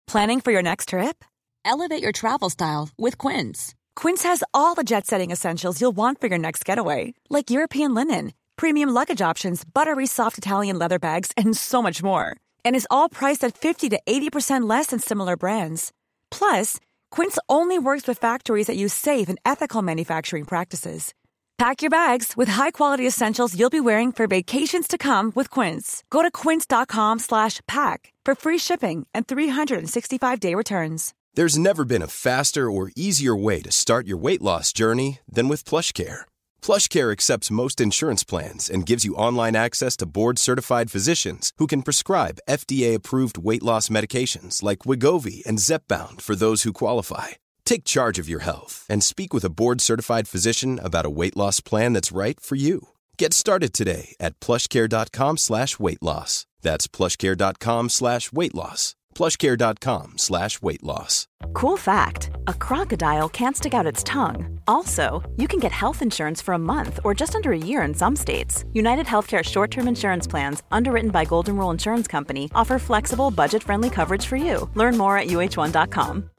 Planning for your next trip? Elevate your travel style with Quince. Quince has all the jet-setting essentials you'll want for your next getaway, like European linen, premium luggage options, buttery soft Italian leather bags, and so much more. And is all priced at 50 to 80% less than similar brands. Plus, Quince only works with factories that use safe and ethical manufacturing practices. Pack your bags with high-quality essentials you'll be wearing for vacations to come with Quince. Go to quince.com/pack for free shipping and 365-day returns. There's never been a faster or easier way to start your weight loss journey than with PlushCare. PlushCare accepts most insurance plans and gives you online access to board-certified physicians who can prescribe FDA-approved weight loss medications like Wegovy and Zepbound for those who qualify. Take charge of your health and speak with a board-certified physician about a weight loss plan that's right for you. Get started today at plushcare.com/weightloss. That's plushcare.com/weightloss. plushcare.com/weightloss. Cool fact, a crocodile can't stick out its tongue. Also, you can get health insurance for a month or just under a year in some states. United Healthcare short-term insurance plans, underwritten by Golden Rule Insurance Company, offer flexible, budget-friendly coverage for you. Learn more at uh1.com.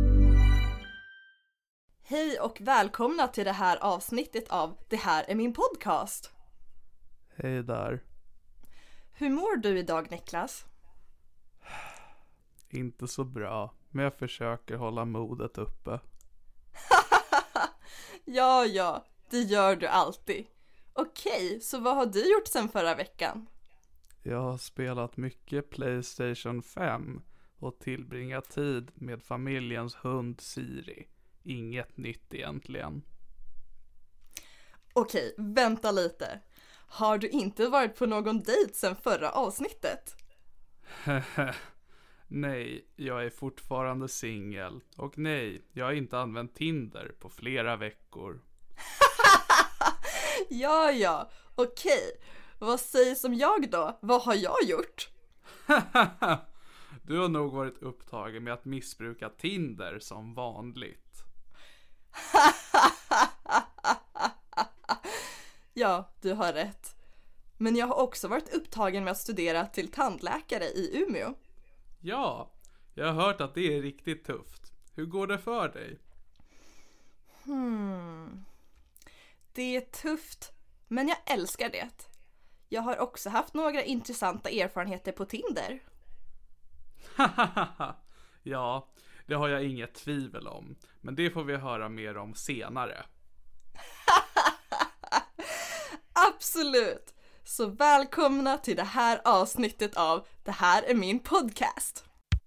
Hej och välkomna till det här avsnittet av Det här är min podcast. Hej där. Hur mår du idag, Niklas? Inte så bra, men jag försöker hålla modet uppe. Ja, det gör du alltid. Okej, så vad har du gjort sen förra veckan? Jag har spelat mycket PlayStation 5 och tillbringat tid med familjens hund Siri. Inget nytt egentligen. Okej, vänta lite. Har du inte varit på någon dejt sen förra avsnittet? Nej, jag är fortfarande singel. Och nej, jag har inte använt Tinder på flera veckor. Ja, okej. Vad sägs om jag då? Vad har jag gjort? Du har nog varit upptagen med att missbruka Tinder som vanligt. Ja, du har rätt. Men jag har också varit upptagen med att studera till tandläkare i Umeå. Ja, jag har hört att det är riktigt tufft. Hur går det för dig? Det är tufft, men jag älskar det. Jag har också haft några intressanta erfarenheter på Tinder. Ja, det har jag inget tvivel om. Men det får vi höra mer om senare. Absolut! Så välkomna till det här avsnittet av Det här är min podcast.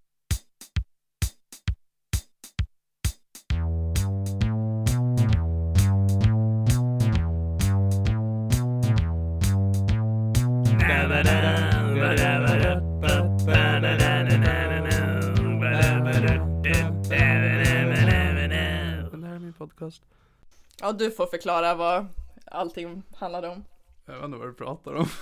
Det här är min podcast. Ja, du får förklara vad allting handlade om. Jag vet inte vad du pratar om.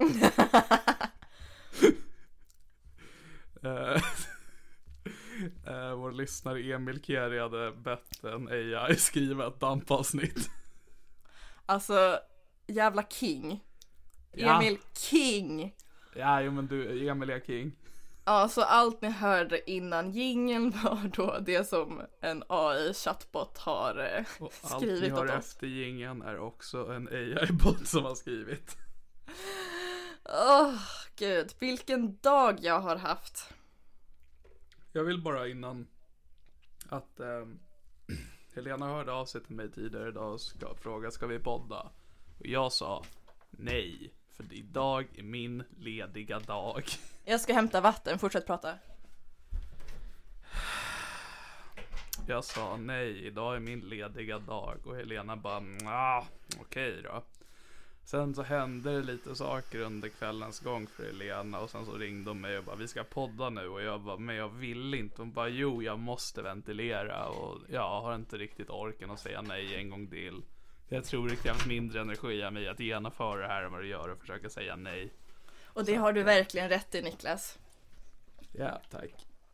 Vår lyssnare Emil Keri hade bett en AI skriva ett dampavsnitt. Alltså, jävla king. Emil King. Ja, jo, men du, Emil är king. Ja, så allt ni hörde innan jingeln var då det som en AI-chatbot har skrivit åt oss. Allt ni hör efter jingeln är också en AI-bot som har skrivit. Gud, vilken dag jag har haft. Jag vill bara innan att Helena hörde av sig till mig tidigare idag och fråga, ska vi podda? Och jag sa nej, för idag är min lediga dag. Jag ska hämta vatten, fortsätt prata. Jag sa nej, idag är min lediga dag. Och Helena bara, okej då. Sen så hände det lite saker under kvällens gång för Helena. Och sen så ringde hon mig och bara, vi ska podda nu. Och jag bara, men jag vill inte. Hon bara, jo, jag måste ventilera. Och jag har inte riktigt orken att säga nej en gång till. Jag tror det krävs mindre energi av mig att genomföra det här än vad det gör och försöka säga nej. Och det har du verkligen rätt i, Niklas. Ja, tack.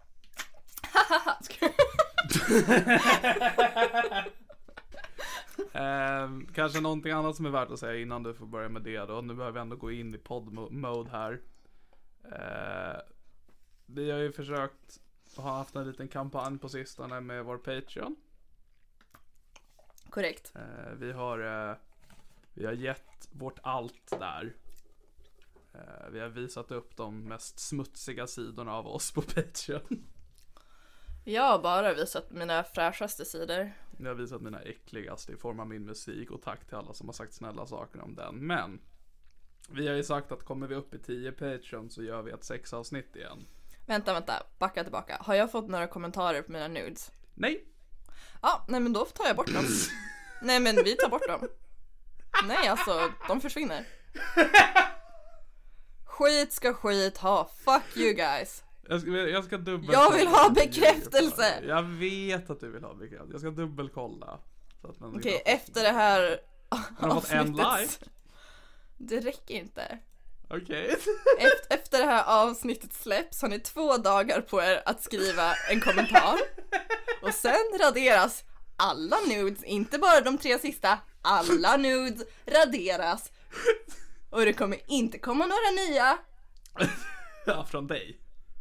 Kanske någonting annat som är värt att säga innan du får börja med det då. Nu behöver vi ändå gå in i podd-mode här. Vi har ju försökt har haft en liten kampanj på sistone med vår Patreon. Korrekt. Vi har gett vårt allt där. Vi har visat upp de mest smutsiga sidorna av oss på Patreon. Jag har bara visat mina fräschaste sidor. Jag har visat mina äckligaste i form av min musik, och tack till alla som har sagt snälla saker om den. Men vi har ju sagt att kommer vi upp i 10 Patreon så gör vi ett 6-avsnitt igen. Vänta, backa tillbaka. Har jag fått några kommentarer på mina nudes? Nej. Ja, nej men då tar jag bort dem. Nej men vi tar bort dem. Nej alltså, de försvinner. Skit ska skit ha. Fuck you guys. Jag ska Jag vill ha bekräftelse. Jag vet att du vill ha bekräftelse. Jag ska dubbelkolla. Okej, efter det här har du fått en like? Det räcker inte. Okej. Efter det här avsnittet släpps har ni 2 dagar på er att skriva en kommentar. Och sen raderas alla nudes, inte bara de 3 sista. Alla nudes raderas. Och det kommer inte komma några nya. Ja, från dig.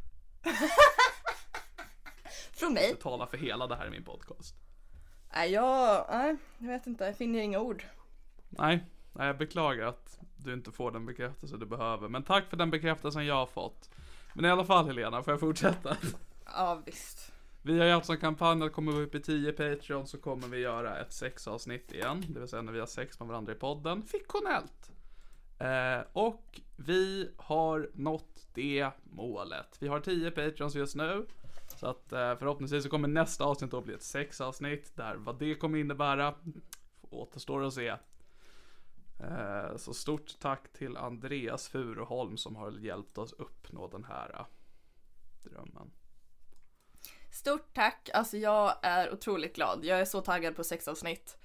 Från mig? Jag talar för hela det här i min podcast. Nej, jag vet inte, jag finner inga ord. Nej, jag beklagar att du inte får den bekräftelse du behöver. Men tack för den bekräftelsen jag har fått. Men i alla fall Helena, får jag fortsätta? Ja, visst. Vi har ju alltså en kampanj att kommer vi upp i 10 Patreon så kommer vi göra ett 6-avsnitt igen. Det vill säga när vi har sex med varandra i podden. Fiktionellt. Och vi har nått det målet. Vi har 10 Patreons just nu. Så att förhoppningsvis så kommer nästa avsnitt att bli ett 6-avsnitt. Där vad det kommer innebära återstår att se. Så stort tack till Andreas Furuholm som har hjälpt oss uppnå den här drömmen. Stort tack, alltså jag är otroligt glad. Jag är så taggad på 6-avsnitt.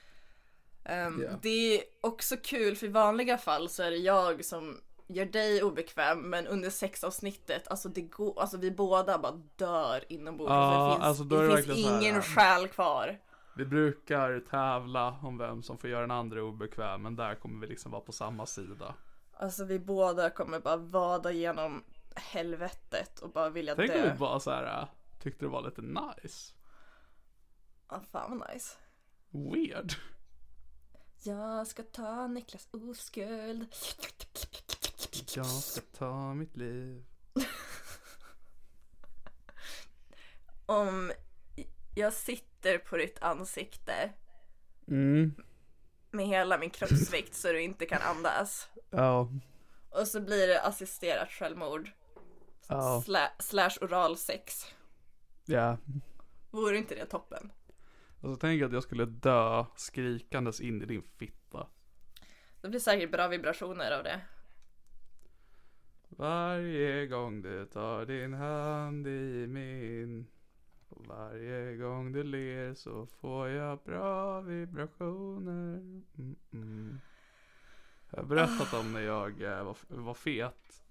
Det är också kul, för i vanliga fall så är det jag som gör dig obekväm, men under 6-avsnittet, alltså det går, alltså vi båda bara dör inombords. Det finns ingen själ kvar. Vi brukar tävla om vem som får göra den andra obekväm, men där kommer vi liksom vara på samma sida. Alltså vi båda kommer bara vada genom helvetet och bara vilja dö. Tänk om vi bara så här tyckte det var lite nice. Ja, fan vad nice. Weird. Jag ska ta Niklas oskuld. Jag ska ta mitt liv. Om jag sitter på ditt ansikte med hela min kroppsvikt så du inte kan andas. Ja. Och så blir det assisterat självmord. Slash oral sex. Ja. Vore inte det toppen? Och så tänker jag att jag skulle dö skrikandes in i din fitta. Det blir säkert bra vibrationer av det. Varje gång du tar din hand i min, och varje gång du ler så får jag bra vibrationer. Jag har berättat om när jag var fet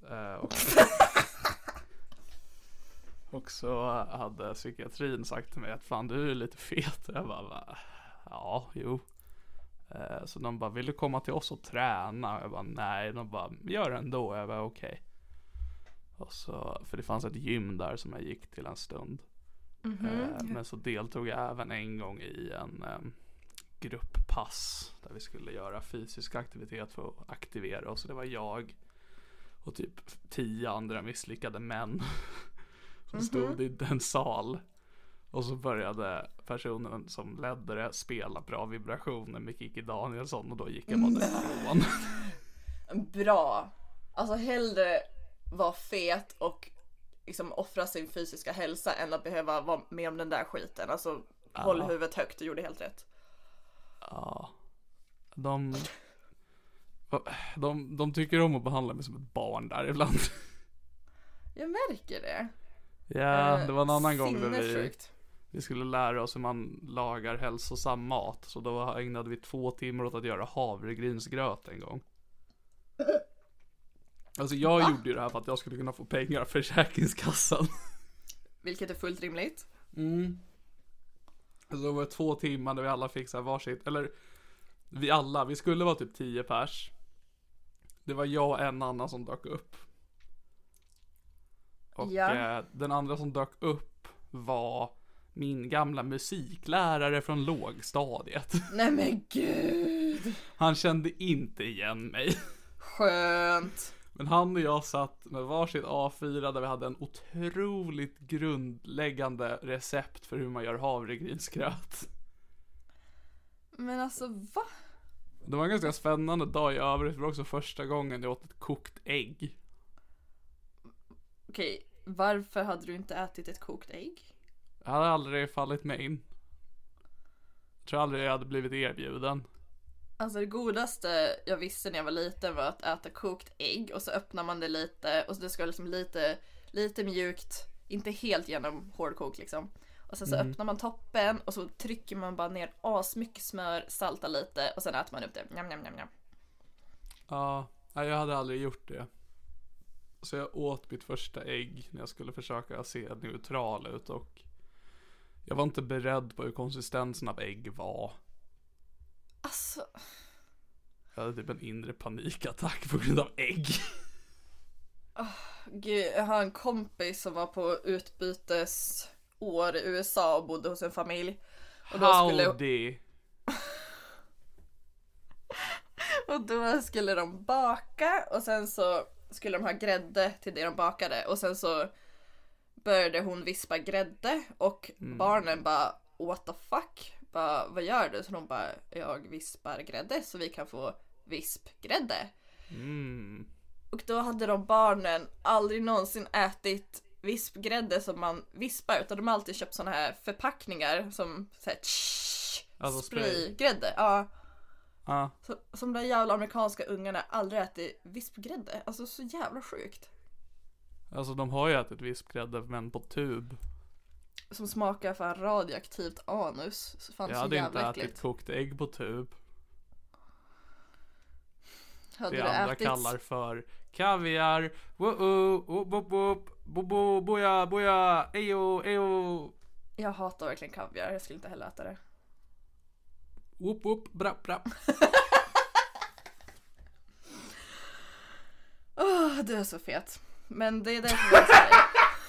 och så hade psykiatrin sagt till mig att fan, du är lite fet. Jag bara, ja, jo. Så de bara, vill du komma till oss och träna? Jag bara, nej. De bara, gör det ändå. Jag bara, okej. Och så, för det fanns ett gym där som jag gick till en stund. Men så deltog jag även en gång i en grupppass där vi skulle göra fysisk aktivitet för att aktivera oss. Så det var jag och typ 10 andra misslyckade män som stod i en sal. Och så började personen som ledde det spela bra vibrationer med Kiki Danielsson, och då gick jag bara därifrån. Bra. Alltså hellre vara fet och liksom offra sin fysiska hälsa än att behöva vara med om den där skiten. Alltså håll huvudet högt, du gjorde helt rätt. Ja. De tycker om att behandla mig som ett barn där ibland. Jag märker det. Ja, det var en annan gång där vi skulle lära oss hur man lagar hälsosam mat. Så då ägnade vi 2 timmar åt att göra havregrynsgröt en gång. Alltså jag gjorde ju det här för att jag skulle kunna få pengar för Försäkringskassan. Vilket är fullt rimligt. Så då var det 2 timmar där vi alla fick så här varsitt. Eller vi skulle vara typ 10 pers. Det var jag och en annan som dök upp. Och den andra som dök upp var min gamla musiklärare från lågstadiet. Nej men gud. Han kände inte igen mig. Skönt. Men han och jag satt med varsitt A4 där vi hade en otroligt grundläggande recept för hur man gör havregrynsgröt. Men alltså, va? Det var en ganska spännande dag i övrigt. Det var också första gången jag åt ett kokt ägg. Okej, varför hade du inte ätit ett kokt ägg? Jag hade aldrig fallit mig in. Jag tror aldrig jag hade blivit erbjuden. Alltså det godaste jag visste när jag var liten var att äta kokt ägg. Och så öppnar man det lite. Och så det ska liksom lite mjukt. Inte helt genom hårdkok liksom. Och sen så öppnar man toppen. Och så trycker man bara ner asmycket smör. Saltar lite. Och sen äter man upp det. Njam, njam, njam, njam. Ja, jag hade aldrig gjort det. Så jag åt mitt första ägg när jag skulle försöka se neutral ut. Och jag var inte beredd på hur konsistensen av ägg var. Alltså... Jag hade typ en inre panikattack på grund av ägg. Gud, jag har en kompis som var på utbytesår i USA och bodde hos en familj. Och då skulle de baka. Och sen så skulle de ha grädde till det de bakade. Och sen så började hon vispa grädde. Och barnen bara, what the fuck? Bara, vad gör du? Så de bara, jag vispar grädde så vi kan få vispgrädde. Och då hade de barnen aldrig någonsin ätit vispgrädde som man vispar, utan de har alltid köpt såna här förpackningar som såhär alltså spraygrädde. Ja. Så, som de jävla amerikanska ungarna aldrig ätit vispgrädde. Alltså så jävla sjukt. Alltså de har ju ätit vispgrädde men på tub. Som smakar fan radioaktivt anus. Så fan jag så hade jävla inte äckligt. ätit kokt ägg på tub. Hade det du andra ätit... kallar för kaviar. Boja, boja, ejo, ejo. Jag hatar verkligen kaviar. Jag skulle inte heller äta det. Whoop, whoop, brapp, brapp. Du är så fet. Men det är därför jag säger.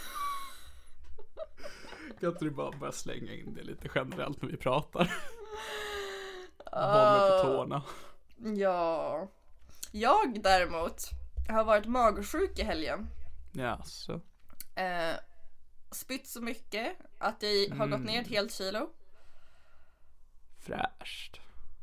Kan inte du bara börja slänga in det lite generellt när vi pratar? Håll mig på tårna. Ja. Jag däremot har varit magsjuk i helgen. Jaså. Spytt så mycket att jag har gått ner ett helt kilo. Fräscht.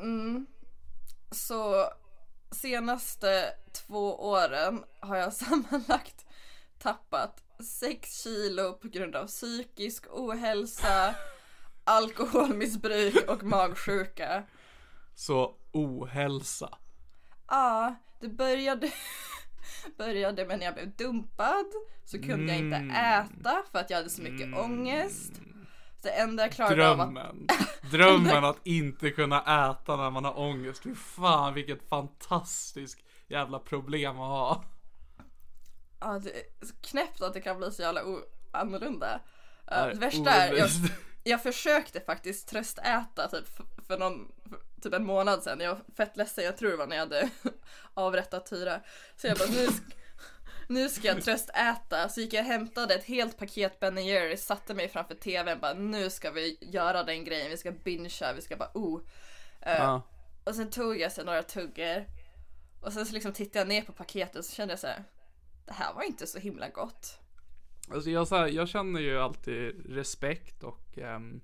Så senaste 2 åren har jag sammanlagt tappat 6 kilo på grund av psykisk ohälsa, alkoholmissbruk och magsjuka. Så ohälsa. Ja, det började med när jag blev dumpad. Så kunde jag inte äta för att jag hade så mycket ångest. Så det enda jag klarade av att... Drömmen att inte kunna äta när man har ångest. Fy fan, vilket fantastiskt jävla problem att ha. Ja, det är knäppt att det kan bli så jävla annorlunda. Det värsta är, jag försökte faktiskt tröstäta typ för typ en månad sedan. Jag var fett ledsen, jag tror det var när jag hade avrättat Tyra. Så jag bara, nu ska jag tröstäta. Så gick jag och hämtade ett helt paket Ben & Jerry's, satte mig framför tvn, bara nu ska vi göra den grejen, vi ska bingea, vi ska bara Och sen tog jag så några tuggar. Och sen så liksom tittade jag ner på paketet och så kände jag så här, det här var inte så himla gott. Alltså jag känner ju alltid respekt och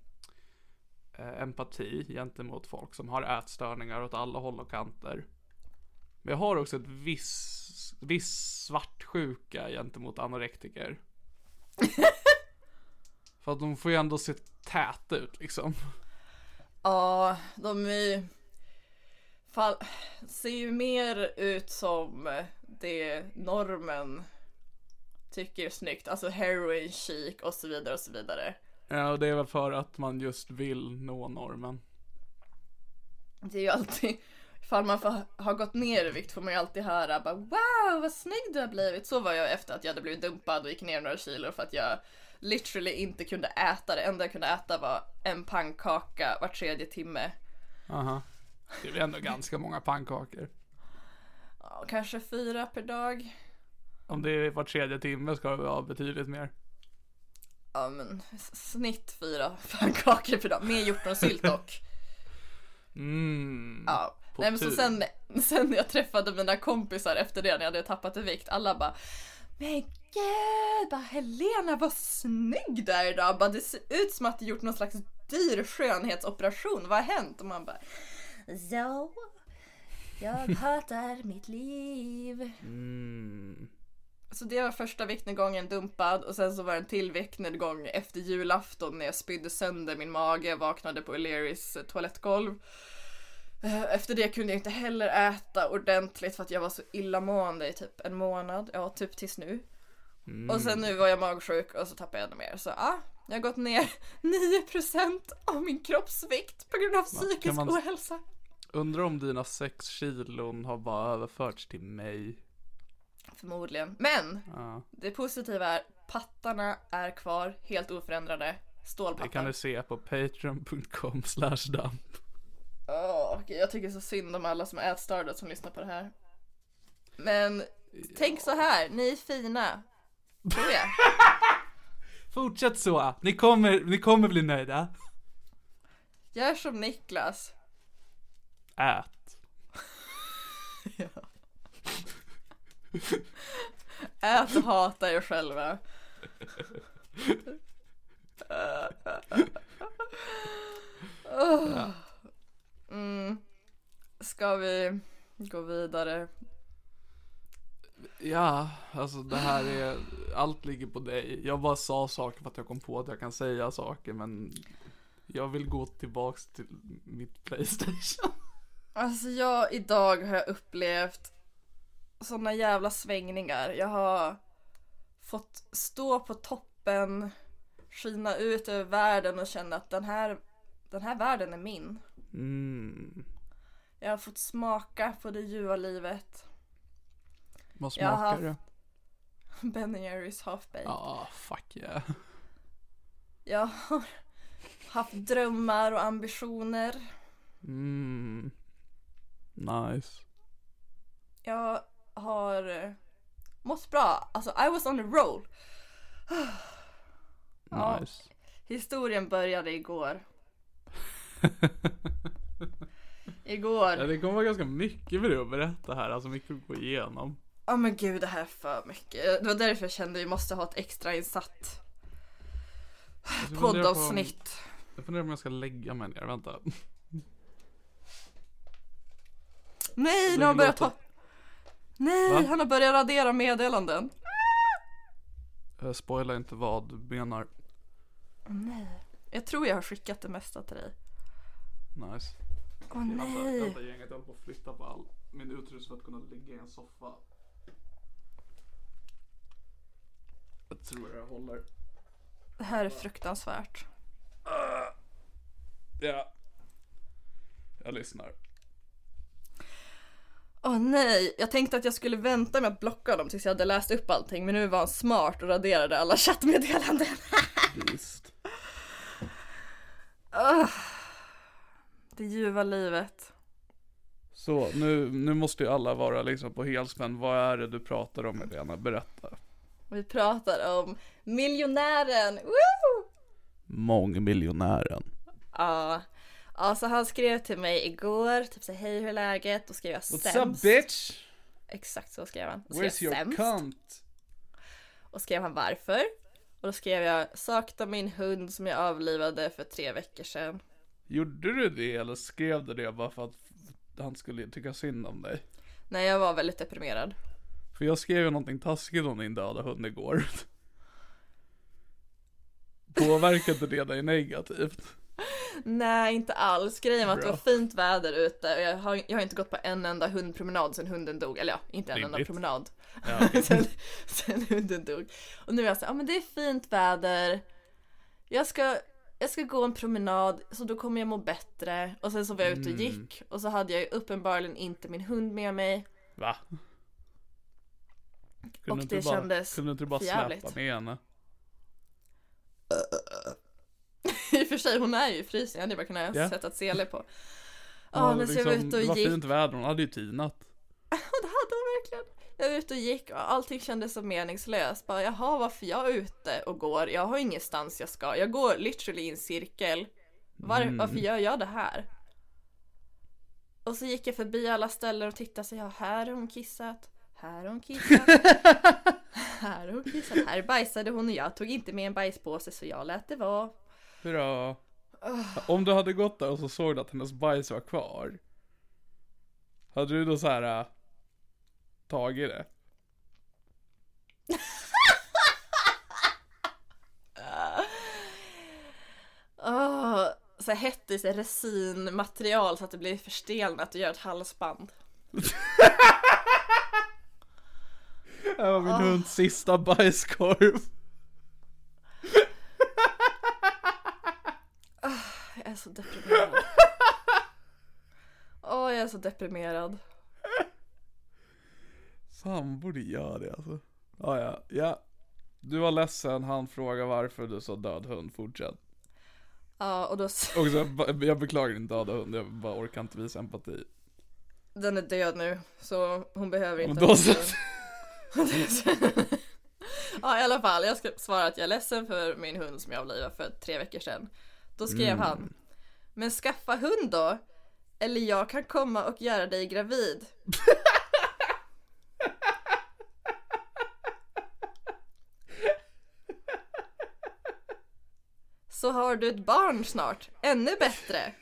empati gentemot folk som har ätstörningar åt alla håll och kanter. Men jag har också ett viss svartsjuka gentemot anorektiker. För att de får ju ändå se täta ut liksom. Ja, de ser ju mer ut som det normen tycker är snyggt. Alltså heroin chic och så vidare och så vidare. Ja, och det är väl för att man just vill nå normen. Det är ju alltid, ifall man har gått ner i vikt får man ju alltid höra bara, wow, vad snygg du har blivit. Så var jag efter att jag hade blivit dumpad och gick ner några kilo för att jag literally inte kunde äta. Det enda jag kunde äta var en pannkaka var 3:e timme. Aha. Det är väl ändå ganska många pannkakor. Ja, kanske 4 per dag. Om det är var 3:e timme ska det vara betydligt mer. Ja men snitt 4 pannkakor per dag. Med hjortronsylt dock. Ja. Nej, men så sen när jag träffade mina kompisar efter det, när jag hade tappat i vikt, alla bara, men gud, bara, Helena, vad snygg där idag. Bara, det ser ut som att du gjort någon slags dyr skönhetsoperation. Vad har hänt? Och man bara, så jag hatar mitt liv. Så det var första viktnedgången dumpad. Och sen så var det en till viktnedgång efter julafton när jag spydde sönder min mage. Jag vaknade på O'Learys toalettgolv. Efter det kunde jag inte heller äta ordentligt för att jag var så illamående i typ en månad. Ja, typ tills nu. Och sen nu var jag magsjuk och så tappade jag ännu mer. Så jag har gått ner 9% av min kroppsvikt på grund av psykisk ohälsa. Undrar om dina 6 kilon har bara överförts till mig. Förmodligen. Men det positiva är pattarna är kvar helt oförändrade. Stålpattar. Det kan du se på patreon.com/damp. Jag tycker så synd om alla som är ätstörda som lyssnar på det här. Men tänk så här, ni är fina. Tror jag. Fortsätt så. Ni kommer bli nöjda. Gör som Niklas. Ät. Ja. Ät och hata er själva. Ska vi gå vidare? Ja, alltså det här är, allt ligger på dig. Jag bara sa saker för att jag kom på att jag kan säga saker, men jag vill gå tillbaks till mitt PlayStation. Alltså idag har jag upplevt såna jävla svängningar. Jag har fått stå på toppen, skina ut över världen och känna att den här världen är min. Jag har fått smaka på det ljuva livet. Vad smakar det? Ben & Jerry's Half Baked. Fuck yeah. Jag har haft drömmar och ambitioner. Nice. Jag har mått bra. Alltså, I was on a roll. Nice. Historien började igår. Ja, det kommer vara ganska mycket för dig att berätta här. Alltså mycket att gå igenom. Men gud, det här är för mycket. Det var därför jag kände att vi måste ha ett extra insatt poddavsnitt. Jag funderar om jag ska lägga mig ner. Vänta. Nej, nu har börjat ta... Nej, va? Han har börjat radera meddelanden. Spoila inte vad du menar. Nej. Jag tror jag har skickat det mesta till dig. Nice. Nej. Vänta gänget, jag håller på att flytta på all min utrustning för att kunna ligga i en soffa. Jag tror jag håller. Det här är fruktansvärt. Ja. Jag lyssnar. Nej, jag tänkte att jag skulle vänta med att blocka dem tills jag hade läst upp allting. Men nu var han smart och raderade alla chattmeddelanden. Visst. Det ljuva livet. Så, nu måste ju alla vara liksom på helspänn. Vad är det du pratar om, Helena? Berätta. Vi pratar om miljonären. Woo! Mångmiljonären. Ja. Så han skrev till mig igår, typ så hej, hur är läget? Då skrev jag sämst. What's up, bitch? Exakt så skrev han. Where's your cunt? Och skrev han varför? Och då skrev jag, sakta min hund som jag avlivade för 3 veckor sedan. Gjorde du det eller skrev du det bara för att han skulle tycka synd om dig? Nej, jag var väldigt deprimerad. För jag skrev ju någonting taskigt om din döda hund igår. Påverkade det dig negativt? Nej, inte alls. Grejen var att det var fint väder ute. Och jag har inte gått på en enda hundpromenad sen hunden dog. Eller ja, inte en enda promenad. Ja. sen hunden dog. Och nu är jag så här, men det är fint väder. Jag ska gå en promenad, så då kommer jag må bättre. Och sen så var jag ute och gick. Och så hade jag ju uppenbarligen inte min hund med mig. Va? Och det kändes kunde du bara släppa med henne? I och för sig, hon är ju i frysen. Jag hade bara kunnat sätta ett sele på. Men så jag var ute och det var gick. fint väder, hon hade ju tinat. Det hade hon verkligen. Jag var ute och gick och allting kändes så meningslöst. Bara, jaha, varför jag är ute och går? Jag har ingenstans jag ska. Jag går literally i en cirkel. Varför gör jag det här? Och så gick jag förbi alla ställen och tittade. Så här har hon kissat. Här har hon kissat. Här har hon kissat. Här bajsade hon och jag tog inte med en bajspåse så jag lät det vara. Bra. Om du hade gått där och så såg du att hennes bajs var kvar. Hade du då så här tagit det? Så hett i resinmaterial så att det blir förstelnat och gör ett halsband. Det var min hunds sista bajskorv. Jag är så deprimerad. Jag är så deprimerad. Fan borde göra det alltså. Ja. Du var ledsen, han frågade varför du sa död hund, fortsätt. Ja, och då... Jag beklagar din döda hund, jag bara orkar inte visa empati. Den är död nu, så hon behöver inte... Ja, i alla fall, jag ska svara att jag är ledsen för min hund som jag avlivade för 3 veckor sedan. Då skrev han: men skaffa hund då? Eller jag kan komma och göra dig gravid. Så har du ett barn snart. Ännu bättre.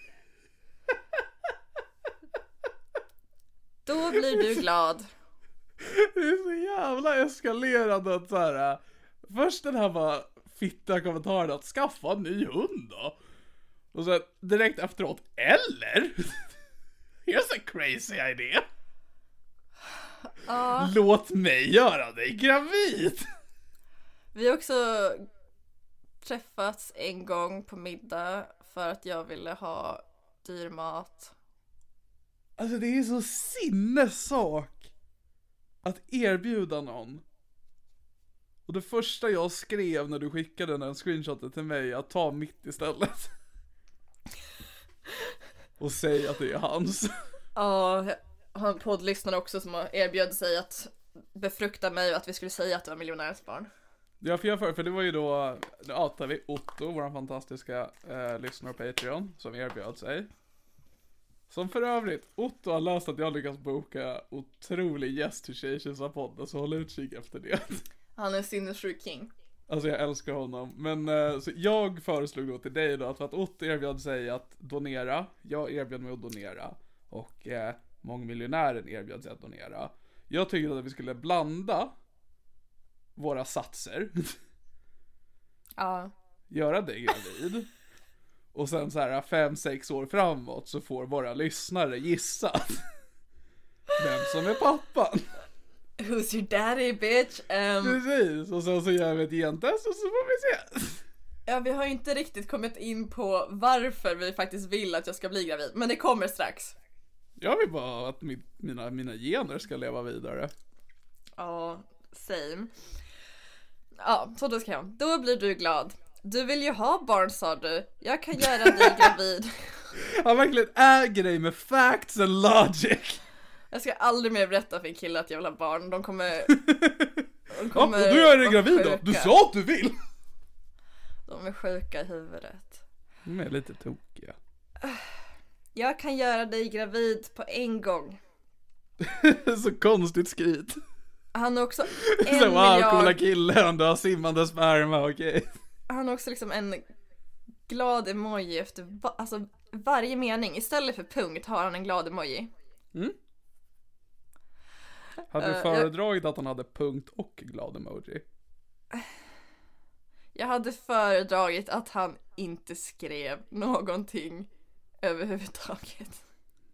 Då blir du glad. Det är så jävla eskalerande att så här. Först den här bara fitta kommentaren att skaffa en ny hund då. Och sen direkt efteråt, eller? Here's a crazy idea. Låt mig göra dig gravid. Vi har också träffats en gång på middag för att jag ville ha dyr mat. Alltså det är så sinnessak att erbjuda någon. Och det första jag skrev när du skickade den screenshotet till mig, att ta mitt istället. Och säga att det är hans. Ja, jag har en poddlyssnare också som har erbjöd sig att befrukta mig och att vi skulle säga att det var miljonärsbarn. Ja, för det var ju då Otto, vår fantastiska lyssnare på Patreon, som erbjöd sig. Som för övrigt, Otto har läst att jag lyckats boka otrolig yes to Shashes av podden, så håll utkik efter det. Han är sinnessjuk king. Alltså jag älskar honom. Men så jag föreslog då till dig då att för att Otto erbjöd sig att donera, jag erbjöd mig att donera, och mångmiljonären erbjöd sig att donera. Jag tyckte att vi skulle blanda våra satser. Ja. Göra dig gravid. Och sen så här 5-6 år framåt så får våra lyssnare gissa vem som är pappan. Who's your daddy, bitch? Precis, och sen så gör vi ett gentest och så får vi se. Ja, vi har ju inte riktigt kommit in på varför vi faktiskt vill att jag ska bli gravid, men det kommer strax. Jag vill bara att mina gener ska leva vidare. Ja, same. Ja, så då ska jag. Då blir du glad. Du vill ju ha barn, sa du. Jag kan göra dig gravid. Han verkligen äger dig med facts and logic. Jag ska aldrig mer berätta för en kille att jag vill ha barn. De kommer ja, och du gör dig gravid då. Du sa att du vill. De är sjuka i huvudet. De är lite tokiga. Jag kan göra dig gravid på en gång. Så konstigt skryt. Han har också så wow, coola killen, du har simmande sperma, okej. Han har också liksom en glad emoji efter varje mening. Istället för punkt har han en glad emoji. Hade du föredragit att han hade punkt och glad emoji? Jag hade föredragit att han inte skrev någonting överhuvudtaget.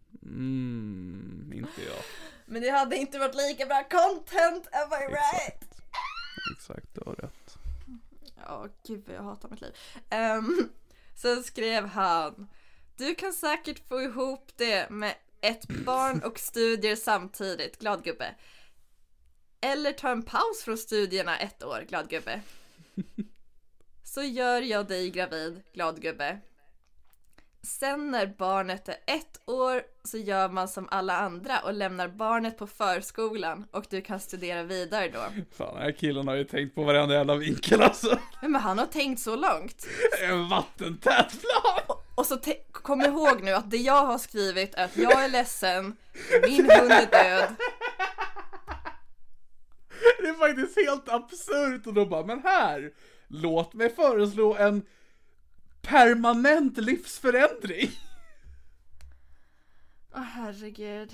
Inte jag. Men det hade inte varit lika bra content, am I right? Exakt, du har rätt. Ja, gud jag hatar mitt liv. Sen skrev han: du kan säkert få ihop det med ett barn och studier samtidigt, glad gubbe. Eller ta en paus från studierna 1 år, glad gubbe. Så gör jag dig gravid, glad gubbe. Sen när barnet är 1 år så gör man som alla andra och lämnar barnet på förskolan och du kan studera vidare då. Fan, den här killen har ju tänkt på varenda jävla vinkel alltså. Men han har tänkt så långt. En vattentät plan. Och så kom ihåg nu att det jag har skrivit är att jag är ledsen, min hund är död. Det är faktiskt helt absurt och då bara, men här, låt mig föreslå en permanent livsförändring. Åh, herregud.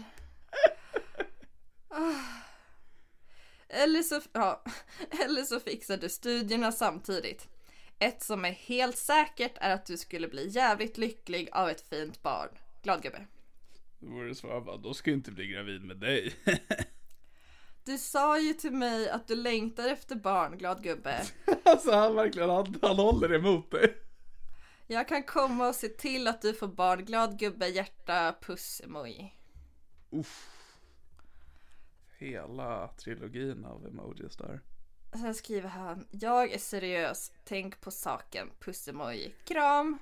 Eller så fixar du studierna samtidigt. Ett som är helt säkert är att du skulle bli jävligt lycklig av ett fint barn. Glad gubbe. Då vore det svar, då ska jag inte bli gravid med dig. Du sa ju till mig att du längtar efter barn, glad gubbe. Alltså han håller emot dig. Jag kan komma och se till att du får barn, glad gubbe, hjärta, puss, emoji. Uff. Hela trilogin av emojis där. Sen skriver han, jag är seriös, tänk på saken, puss, emoji, kram.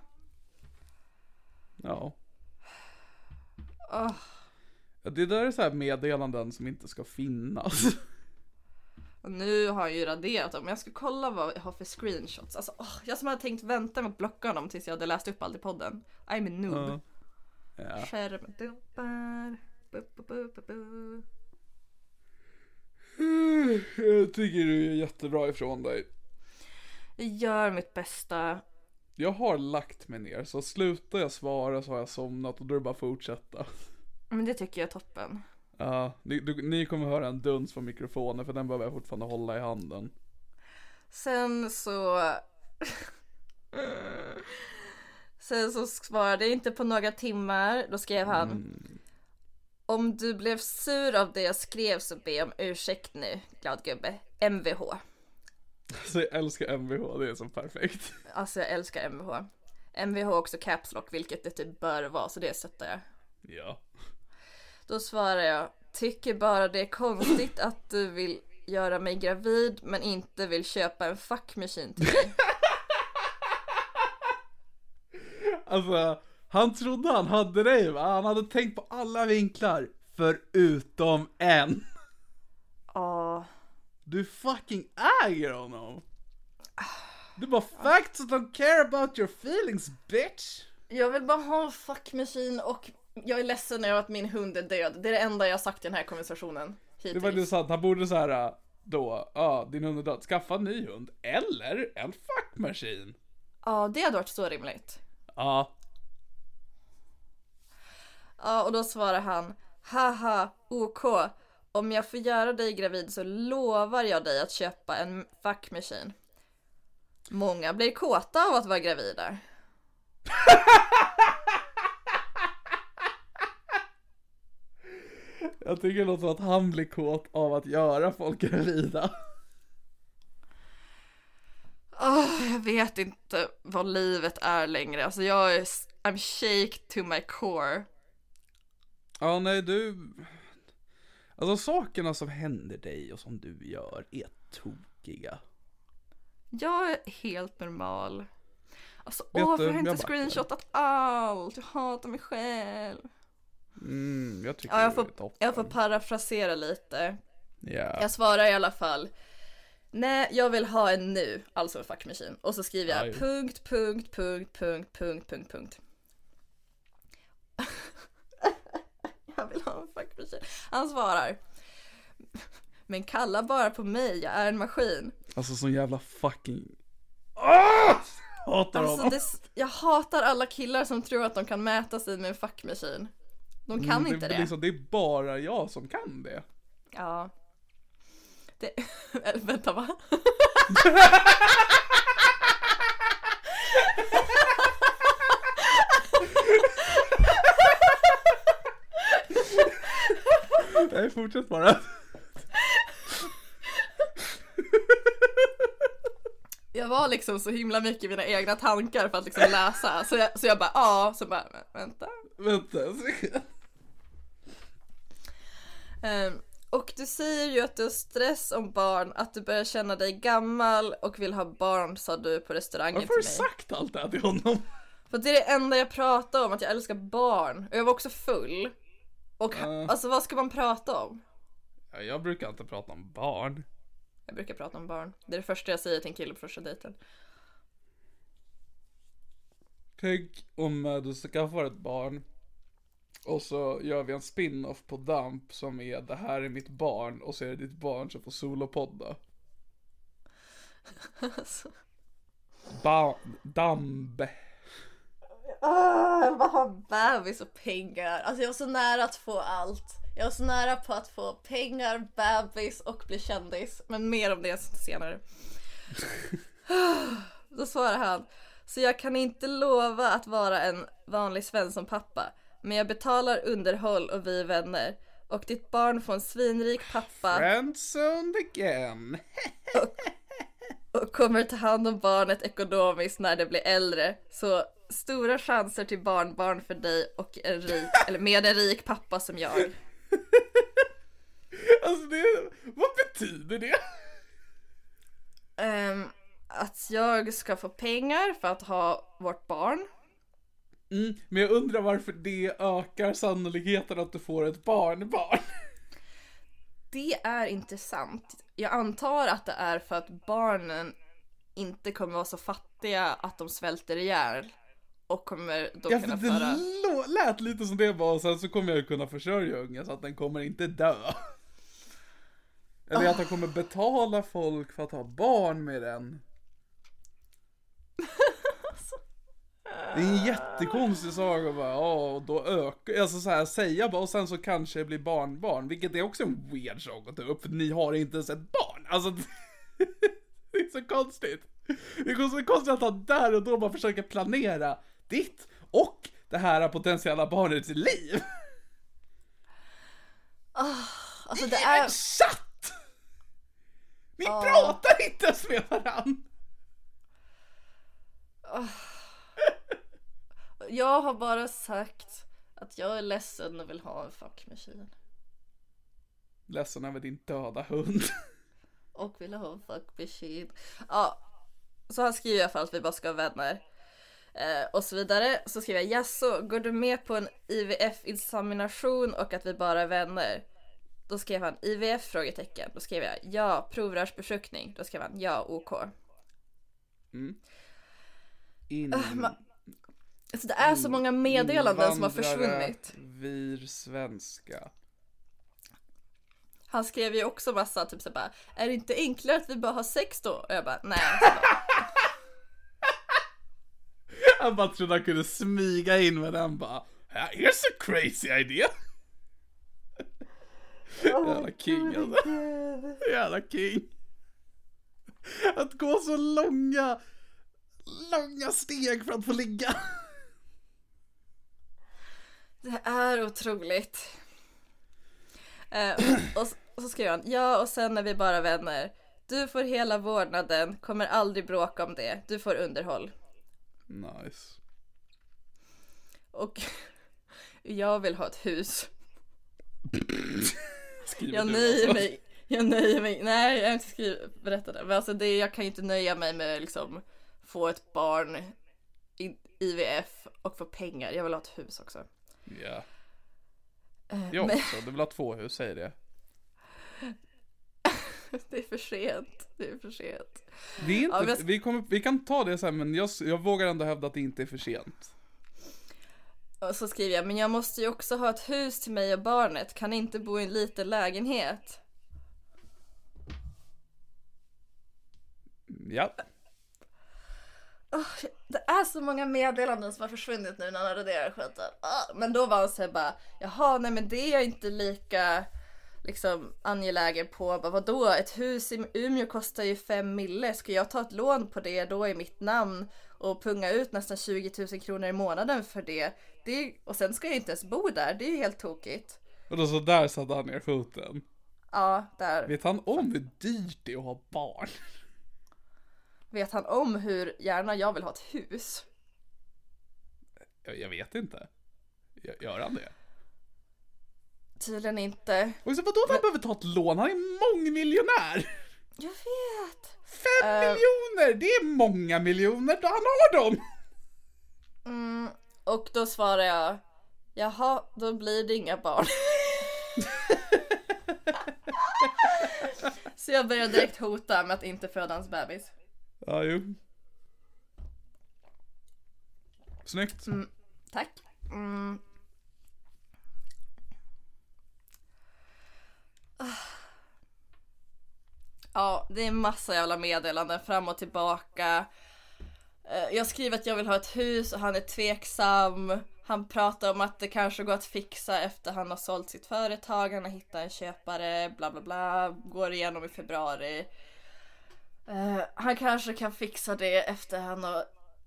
Ja. Oh. Ja, det där är så här meddelanden som inte ska finnas. Och nu har jag ju raderat dem. Jag ska kolla vad jag har för screenshots. Alltså, jag som hade tänkt vänta med att blocka dem tills jag hade läst upp allt i podden. I'm a noob. Ja. Skärmdumpar. Jag tycker du är jättebra ifrån dig. Jag gör mitt bästa. Jag har lagt mig ner, så slutar jag svara så har jag somnat och då är det bara att fortsätta. Men det tycker jag är toppen. Ja, ni kommer höra en duns på mikrofonen för den behöver jag fortfarande hålla i handen. Sen så svarade jag inte på några timmar. Då skrev han om du blev sur av det jag skrev så be om ursäkt nu, glad gubbe. MVH. Så jag älskar MVH, det är så perfekt. Alltså jag älskar MVH. MVH också caps lock, vilket det typ bör vara, så det sätter jag. Ja. Då svarar jag, tycker bara det är konstigt att du vill göra mig gravid men inte vill köpa en fuck machine till mig. Alltså, han trodde han hade dig, va? Han hade tänkt på alla vinklar förutom en. Ja. Du fucking äger honom. Du bara, facts don't care about your feelings, bitch. Jag vill bara ha en fuck machine och jag är ledsen över att min hund är död. Det är det enda jag har sagt i den här konversationen hittills. Det var ju sant, han borde så här då, din hund är död, skaffa en ny hund eller en fuck machine. Ja, det hade varit så rimligt. Ja. Ja, och då svarar han, haha, OK. Om jag får göra dig gravid så lovar jag dig att köpa en fuck machine. Många blir kåta av att vara gravida. Jag tycker det låter som att han blir kåt av att göra folk gravida. Jag vet inte vad livet är längre. Alltså I'm shake to my core. Ja, nej du. Alltså sakerna som händer dig och som du gör är tokiga. Jag är helt normal. Alltså, Vet jag har inte screenshotat allt. Jag hatar mig själv. Jag tycker jag får parafrasera lite. Yeah. Jag svarar i alla fall. Nej, jag vill ha en nu. Alltså en fuck machine. Och så skriver jag punkt. Jag vill ha en fuck machine. Han svarar. Men kalla bara på mig, jag är en maskin. Alltså sån jävla fucking hatar honom. Jag hatar alla killar som tror att de kan mäta sig med en fuck machine. De kan inte det. Liksom, det är bara jag som kan det. Ja. Vänta, va? Nej, fortsätt bara. Jag var liksom så himla mycket i mina egna tankar för att liksom läsa. Så jag bara, så bara, vänta. Och du säger ju att du har stress om barn, att du börjar känna dig gammal och vill ha barn, sa du på restauranger till mig. Varför har du sagt allt det här till honom? För det är det enda jag pratar om, att jag älskar barn. Och jag var också full. Och alltså vad ska man prata om? Ja, jag brukar inte prata om barn. Jag brukar prata om barn. Det är det första jag säger till en kille på första dejten. Tänk om du skaffar ett barn och så gör vi en spin-off på Damp som är det här är mitt barn och så är det ditt barn som får solopodda. Alltså. Dambe. Jag bara har bebis och pengar. Alltså jag var så nära att få allt. Jag var så nära på att få pengar, bebis och bli kändis. Men mer om det senare. Då svarar han: så jag kan inte lova att vara en vanlig Svensson pappa, men jag betalar underhåll och vi är vänner. Och ditt barn får en svinrik pappa. Friendzoned again. och kommer ta hand om barnet ekonomiskt när det blir äldre. Så stora chanser till barnbarn för dig och en rik, eller med en rik pappa som jag. Alltså vad betyder det? Att jag ska få pengar för att ha vårt barn. Men jag undrar varför det ökar sannolikheten att du får ett barnbarn. Det är intressant. Jag antar att det är för att barnen inte kommer vara så fattiga att de svälter ihjäl. Och kommer då kunna föra... det lät lite som det var, och sen så kommer jag kunna försörja ungen så att den kommer inte dö. Eller att han kommer betala folk för att ha barn med den. Det är en jättekonstig sak att bara, då ökar, alltså så här säga bara, och sen så kanske det blir barnbarn, vilket är också en weird sak att ta upp, för ni har inte ens ett barn. Alltså det är så konstigt. Det är så konstigt att han där och då bara försöker planera ditt och det här potentiella barnets liv. Alltså det är satt. Ni pratar inte ens med varann. Jag har bara sagt att jag är ledsen och vill ha en fuck machine. Ledsen över din döda hund. Och vill ha en fuck machine. Ja, så han skriver i alla fall att vi bara ska vara vänner. Och så vidare. Så skriver jag: jaså, går du med på en IVF-insemination och att vi bara är vänner? Då skrev han IVF? Frågetecken. Då skrev jag ja, provrörsbefruktning. Då skrev han ja, OK. Så det är så många meddelanden som har försvunnit. Vir svenska. Han skrev ju också massa typ så bara: är det inte enklare att vi bara har sex då? Och jag bara nej. Han bara trodde han kunde smyga in med den bara. Here's a crazy idea. Jävla king alltså. Jävla king. Att gå så långa steg för att få ligga. Det är otroligt. Och så skrev han ja, och sen är vi bara vänner. Du får hela vårdnaden, kommer aldrig bråka om det. Du får underhåll. Nice. Och jag vill ha ett hus. Jag nöjer mig. Nej, jag har inte berättat det. Men alltså jag kan ju inte nöja mig med liksom få ett barn, IVF och få pengar. Jag vill ha ett hus också. Ja. Jag också. Du vill ha 2 hus, säger det. Det är för sent. Det är inte, vi kan ta det sen, men jag vågar ändå hävda att det inte är för sent. Och så skriver jag: men jag måste ju också ha ett hus till mig och barnet. Kan inte bo i en liten lägenhet. Ja. Det är så många meddelanden som har försvunnit nu när han raderar skiten. Men då var han så bara: jaha, nej men det är jag inte lika liksom angelägen på. Bara, vadå? Ett hus i Umeå kostar ju 5 mille. Ska jag ta ett lån på det då i mitt namn och punga ut nästan 20 000 kronor i månaden för det? Och sen ska jag inte ens bo där. Det är ju helt tokigt. Och då så där satt han ner foten. Ja, där. Vet han om hur dyrt det är att ha barn? Vet han om hur gärna jag vill ha ett hus? Jag vet inte. Gör han det? Tydligen inte. Och så vadå han behöver ta ett lån? Han är mångmiljonär. Jag vet. 5 miljoner! Det är många miljoner då han har dem. Och då svarar jag, jaha, då blir det inga barn. Så jag börjar direkt hota med att inte föda hans bebis. Ja, jo. Snyggt. Tack. Ja, det är massa jävla meddelanden fram och tillbaka. Jag skriver att jag vill ha ett hus och han är tveksam. Han pratar om att det kanske går att fixa efter han har sålt sitt företag. Han har hittat en köpare, bla bla bla. Går igenom i februari. Han kanske kan fixa det efter han har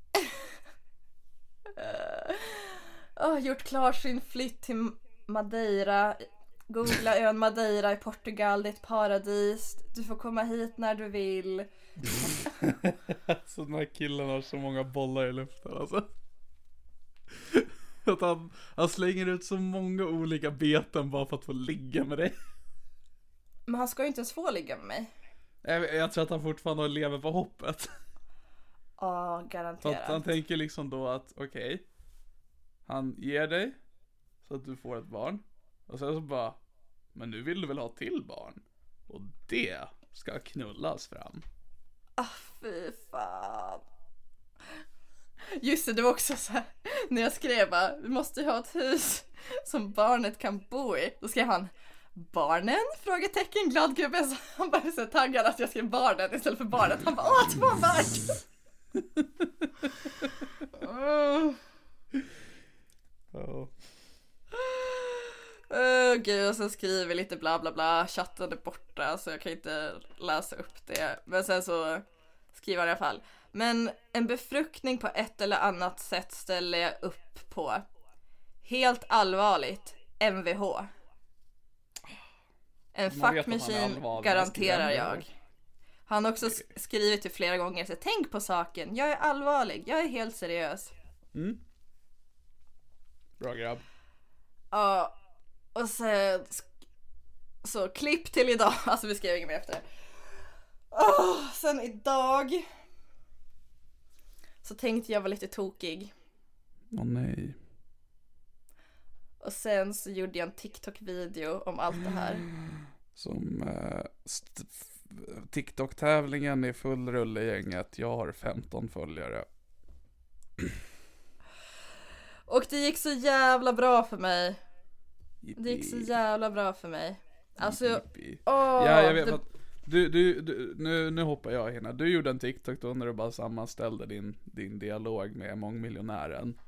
gjort klart sin flytt till Madeira. Googla ön Madeira i Portugal, det är ett paradis. Du får komma hit när du vill. Så den här killen har så många bollar i luften alltså. Att han slänger ut så många olika beten bara för att få ligga med dig. Men han ska ju inte ens få ligga med mig. Jag tror att han fortfarande lever på hoppet. Ja, garanterat. Så han tänker liksom då att okej, han ger dig så att du får ett barn. Och sen så bara, men nu vill du väl ha till barn? Och det ska knullas fram. Fy fan. Just det, det var också så här, när jag skrev bara, vi måste ha ett hus som barnet kan bo i. Då skrev han, barnen? Frågetecken, glad gubbe. Så han bara så taggad att jag skrev barnen istället för barnet. Han bara, det var värt. Gud, och så skriver vi lite bla bla bla. Chatten är borta så jag kan inte läsa upp det. Men sen så skriver han i alla fall, men en befruktning på ett eller annat sätt ställer jag upp på. Helt allvarligt, MVH. En fuck machine garanterar jag. Han har också skrivit det flera gånger, så tänk på saken, jag är allvarlig, jag är helt seriös. Bra grabb. Ja, och så klipp till idag. Alltså vi skrev inget mer efter. Sen idag så tänkte jag vara lite tokig. Nej. Och sen så gjorde jag en TikTok-video om allt det här. Som TikTok-tävlingen är full rulle i gänget. Jag har 15 följare. Och det gick så jävla bra för mig. Yippie. Det gick så jävla bra för mig. Alltså, ja, jag vet att nu hoppar jag henne. Du gjorde en TikTok då när du bara sammanställde din dialog med mångmiljonären.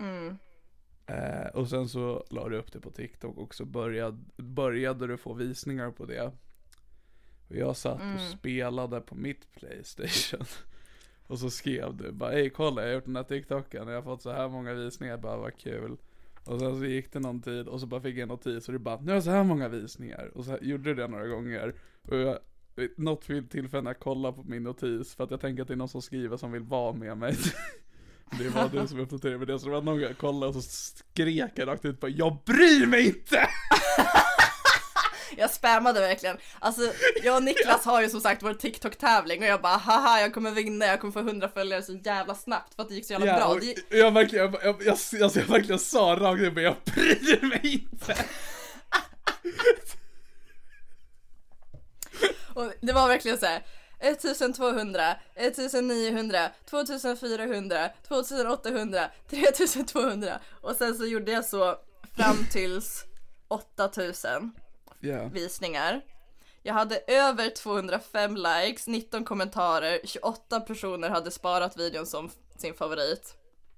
Och sen så la du upp det på TikTok och så började du få visningar på det. Och jag satt och spelade på mitt PlayStation. Och så skrev du bara, hej kolla, jag har gjort den här TikToken och jag har fått så här många visningar, bara vad kul. Och sen så gick det någon tid och så bara fick jag en notis och du bara, nu har jag så här många visningar. Och så gjorde du det några gånger. Och jag, något tillfälle när jag kollar på min notis, för att jag tänker att det är någon som skriver som vill vara med mig. Det var du som uppdaterade med det. Så det var någon gång jag kollade och så skrek jag rakt ut på, jag bryr mig inte! Jag spammade verkligen. Alltså, jag och Niklas har ju som sagt vår TikTok-tävling och jag bara, haha, jag kommer vinna, jag kommer få 100 följare så jävla snabbt för att det gick så jävla bra. Jag verkligen sa rakt ut, men jag bryr mig inte. Och det var verkligen så här: 1200, 1900, 2400, 2800, 3200. Och sen så gjorde jag så fram tills 8000 visningar. Jag hade över 205 likes, 19 kommentarer, 28 personer hade sparat videon som sin favorit.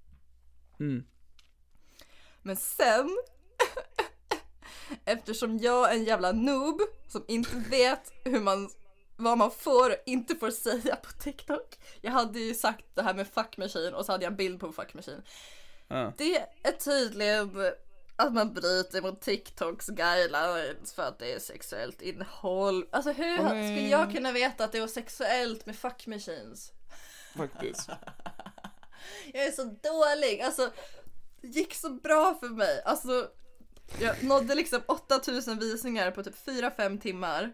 Men sen eftersom jag är en jävla noob som inte vet vad man får och inte får säga på TikTok. Jag hade ju sagt det här med fuck machine och så hade jag en bild på en fuck machine. Det är tydligen att man bryter mot TikToks guidelines för att det är sexuellt innehåll. Alltså hur skulle jag kunna veta att det var sexuellt med fuck machines? Faktiskt. Jag är så dålig. Alltså det gick så bra för mig. Alltså jag nådde liksom 8000 visningar på typ 4-5 timmar.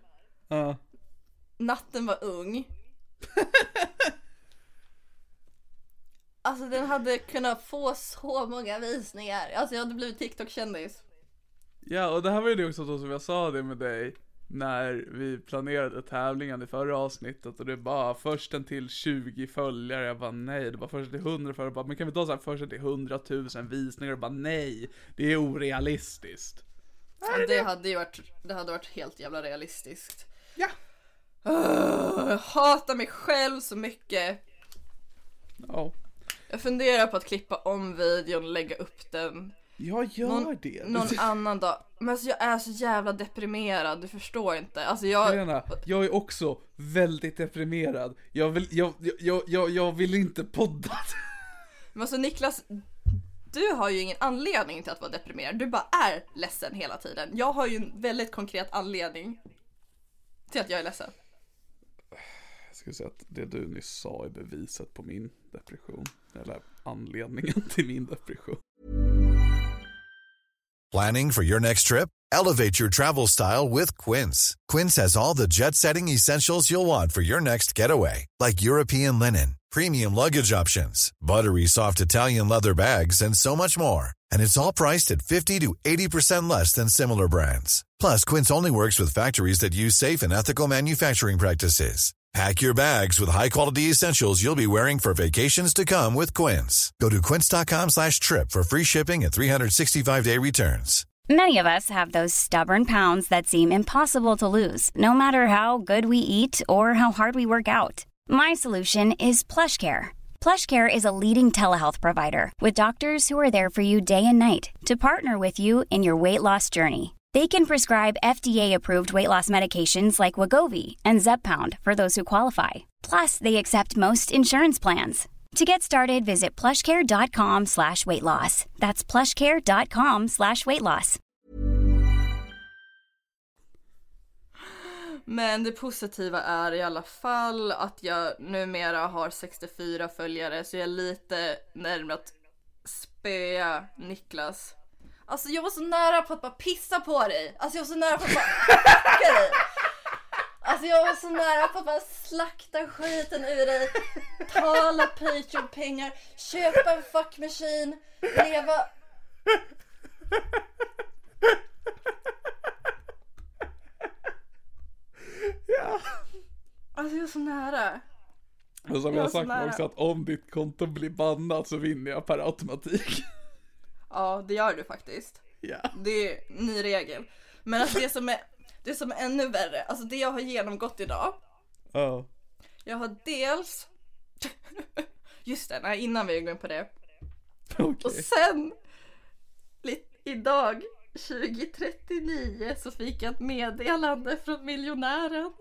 Natten var ung. Alltså den hade kunnat få så många visningar. Alltså jag hade blivit TikTok-kändis. Ja, och det här var ju det också då som jag sa det med dig när vi planerade tävlingen i förra avsnittet, och det bara först en till 20 följare. Jag bara nej, det var först till 100 följare. Bara, men kan vi ta så här först till 100 000 visningar? Och bara nej, det är orealistiskt. Det hade varit helt jävla realistiskt. Ja. Jag hatar mig själv så mycket. Ja. Jag funderar på att klippa om videon och lägga upp den. Jag gör det. Någon annan dag. Men alltså jag är så jävla deprimerad, du förstår inte. Alltså Helena, jag är också väldigt deprimerad. Jag vill inte podda. Men alltså Niklas, du har ju ingen anledning till att vara deprimerad. Du bara är ledsen hela tiden. Jag har ju en väldigt konkret anledning till att jag är ledsen. Jag skulle säga att det du nyss sa är beviset på min depression. Eller anledningen till min depression. Planning for your next trip? Elevate your travel style with Quince. Quince has all the jet-setting essentials you'll want for your next getaway, like European linen, premium luggage options, buttery soft Italian leather bags, and so much more. And it's all priced at 50 to 80% less than similar brands. Plus, Quince only works with factories that use safe and ethical manufacturing practices. Pack your bags with high-quality essentials you'll be wearing for vacations to come with Quince. Go to quince.com/trip for free shipping and 365-day returns. Many of us have those stubborn pounds that seem impossible to lose, no matter how good we eat or how hard we work out. My solution is PlushCare. PlushCare is a leading telehealth provider with doctors who are there for you day and night to partner with you in your weight loss journey. They can prescribe FDA-approved weight loss medications like Wegovy and Zepbound for those who qualify. Plus, they accept most insurance plans. To get started, visit plushcare.com/weightloss. That's plushcare.com/weightloss. Men det positiva är i alla fall att jag numera har 64 följare, så jag är lite närmare att spöa Niklas. Alltså jag var så nära på att bara pissa på dig. Alltså jag var så nära på att bara fucka dig. Alltså jag var så nära på att bara slakta skiten ur dig. Ta alla Patreon-pengar. Köpa en fuckmaskin. Leva. Ja. Alltså jag är så nära. Och som jag har sagt också, att om ditt konto blir bannat så vinner jag per automatik. Ja, det gör du faktiskt. Ja. Det är ny regel. Men alltså det som är ännu värre, alltså det jag har genomgått idag. Ja. Jag har dels just det, nej, innan vi går in på det. Okay. Och sen idag 2039 så fick jag ett meddelande från miljonären.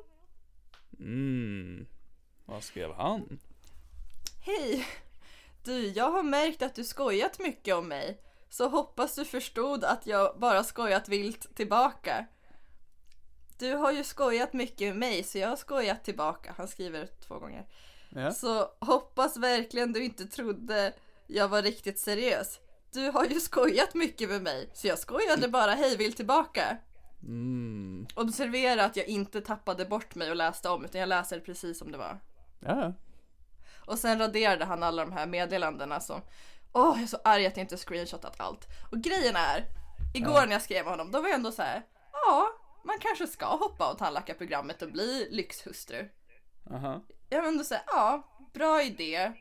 Vad skrev han? Hej, du, jag har märkt att du skojat mycket om mig. Så hoppas du förstod att jag bara skojat vilt tillbaka. Du har ju skojat mycket med mig, så jag har skojat tillbaka. Han skriver 2 gånger. Ja. Så hoppas verkligen du inte trodde jag var riktigt seriös. Du har ju skojat mycket med mig, så jag skojade bara hej vill tillbaka. Observera att jag inte tappade bort mig och läste om, utan jag läste det precis som det var. Ja. Och sen raderade han alla de här meddelandena som jag är så arg att jag inte screenshotat allt. Och grejen är, igår när jag skrev honom, då var jag ändå så här: ja, man kanske ska hoppa av tandläkarprogrammet och bli lyxhustru. Jag var ändå så här: ja, bra idé.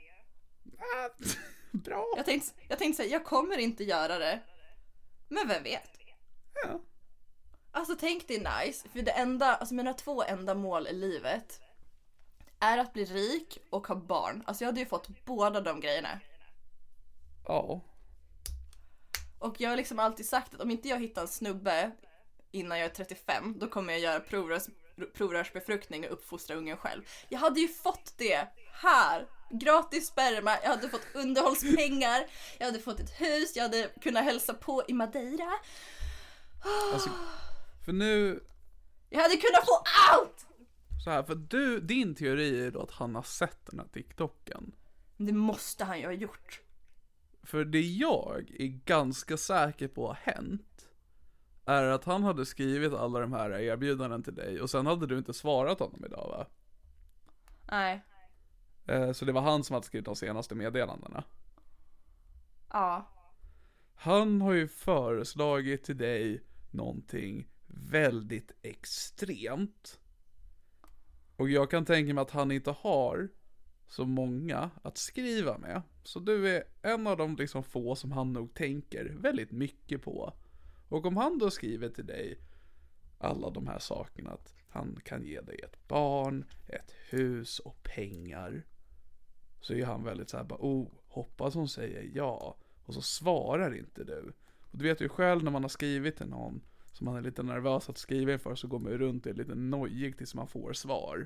Bra. Jag tänkte säga, jag kommer inte göra det. Men vem vet? Ja. Alltså tänk dig nice, för det enda, alltså mina 2 enda mål i livet är att bli rik och ha barn. Alltså jag hade ju fått båda de grejerna. Ja. Och jag har liksom alltid sagt att om inte jag hittar en snubbe innan jag är 35, då kommer jag göra provrörsbefruktning och uppfostra ungen själv. Jag hade ju fått det här. Gratis sperma, jag hade fått underhållspengar, jag hade fått ett hus, jag hade kunnat hälsa på i Madeira. Alltså, för nu... Jag hade kunnat få allt! Så här, för din teori är då att han har sett den här TikToken. Det måste han ju ha gjort. För det jag är ganska säker på har hänt är att han hade skrivit alla de här erbjudanden till dig och sen hade du inte svarat honom idag, va? Nej. Så det var han som hade skrivit de senaste meddelandena. Ja. Han har ju föreslagit till dig någonting väldigt extremt. Och jag kan tänka mig att han inte har så många att skriva med. Så du är en av de liksom få som han nog tänker väldigt mycket på. Och om han då skriver till dig alla de här sakerna, att han kan ge dig ett barn, ett hus och pengar, så är han väldigt så här bara, hoppas hon säger ja. Och så svarar inte du. Och du vet ju själv när man har skrivit till någon som man är lite nervös att skriva inför, så går man ju runt och är lite nojig tills man får svar.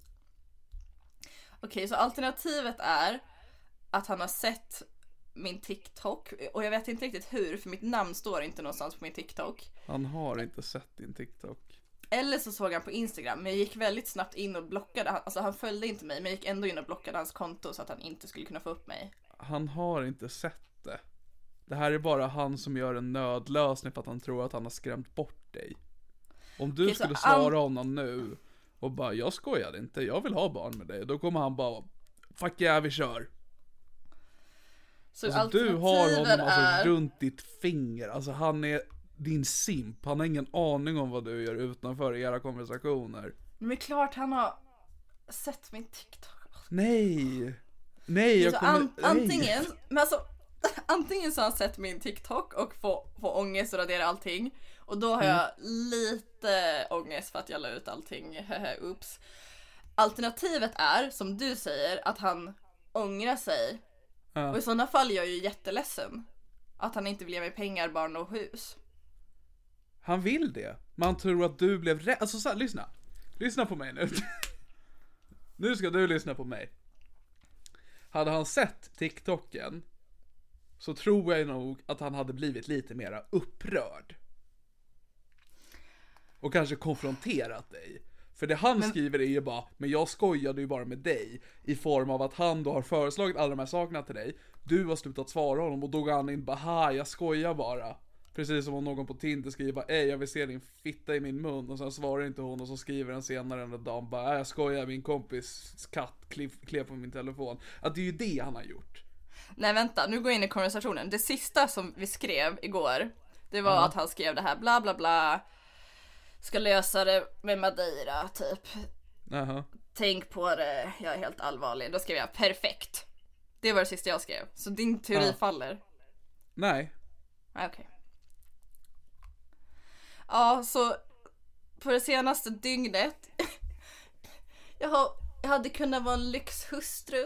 Okej, så alternativet är att han har sett min TikTok, och jag vet inte riktigt hur, för mitt namn står inte någonstans på min TikTok. Han har inte sett din TikTok. Eller så såg han på Instagram, men jag gick väldigt snabbt in och blockade. Alltså han följde inte mig, men jag gick ändå in och blockade hans konto så att han inte skulle kunna få upp mig. Han har inte sett det. Det här är bara han som gör en nödlösning för att han tror att han har skrämt bort dig. Om du skulle svara honom nu och bara, jag skojade inte, jag vill ha barn med dig, då kommer han bara, fuck yeah, vi kör. Så alltså, du har honom alltså runt ditt finger. Alltså han är din simp. Han har ingen aning om vad du gör utanför era konversationer. Men klart han har sett min TikTok. Nej, jag kommer... Antingen, men alltså antingen så har han sett min TikTok och får ångest och radera allting. Och då har jag lite ångest för att jag la ut allting. Oops. Alternativet är, som du säger, att han ångrar sig. Och i sådana fall är jag ju jätteledsen att han inte vill ge mig pengar, barn och hus. Han vill det. Man tror att du blev rädd. Alltså så här, lyssna på mig nu. Nu ska du lyssna på mig. Hade han sett TikToken, så tror jag nog att han hade blivit lite mera upprörd. Och kanske konfronterat dig. För det han skriver är ju bara, men jag skojade ju bara med dig. I form av att han då har föreslagit alla de här sakerna till dig. Du har slutat svara honom och då går han in bara, jag skojar bara. Precis som om någon på Tinder skriver bara, jag vill se din fitta i min mun. Och sen svarar inte hon och så skriver den senare en dag bara, jag skojar, min kompis katt klev på min telefon. Att det är ju det han har gjort. Nej vänta, nu går jag in i konversationen. Det sista som vi skrev igår, det var att han skrev det här bla bla bla, ska lösa det med Madeira typ. Tänk på det, jag är helt allvarlig. Då skrev jag perfekt. Det var det sista jag skrev. Så din teori faller. Nej. Okej. Ja, så på det senaste dygnet jag hade kunnat vara en lyxhustru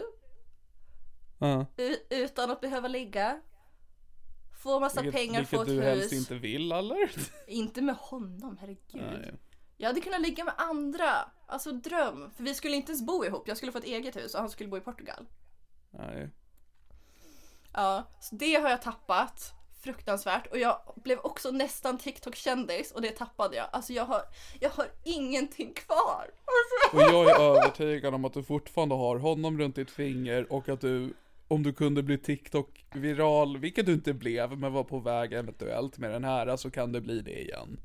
utan att behöva ligga. Få massa pengar, få ett hus. Vilket du helst inte vill, eller? Inte med honom, herregud. Nej. Jag hade kunnat ligga med andra. Alltså dröm. För vi skulle inte ens bo ihop. Jag skulle få ett eget hus och han skulle bo i Portugal. Nej. Ja, så det har jag tappat. Fruktansvärt. Och jag blev också nästan TikTok-kändis. Och det tappade jag. Alltså jag har ingenting kvar. Och jag är övertygad om att du fortfarande har honom runt ditt finger. Och att du, om du kunde bli TikTok-viral, vilket du inte blev, men var på väg eventuellt med den här, så kan det bli det igen.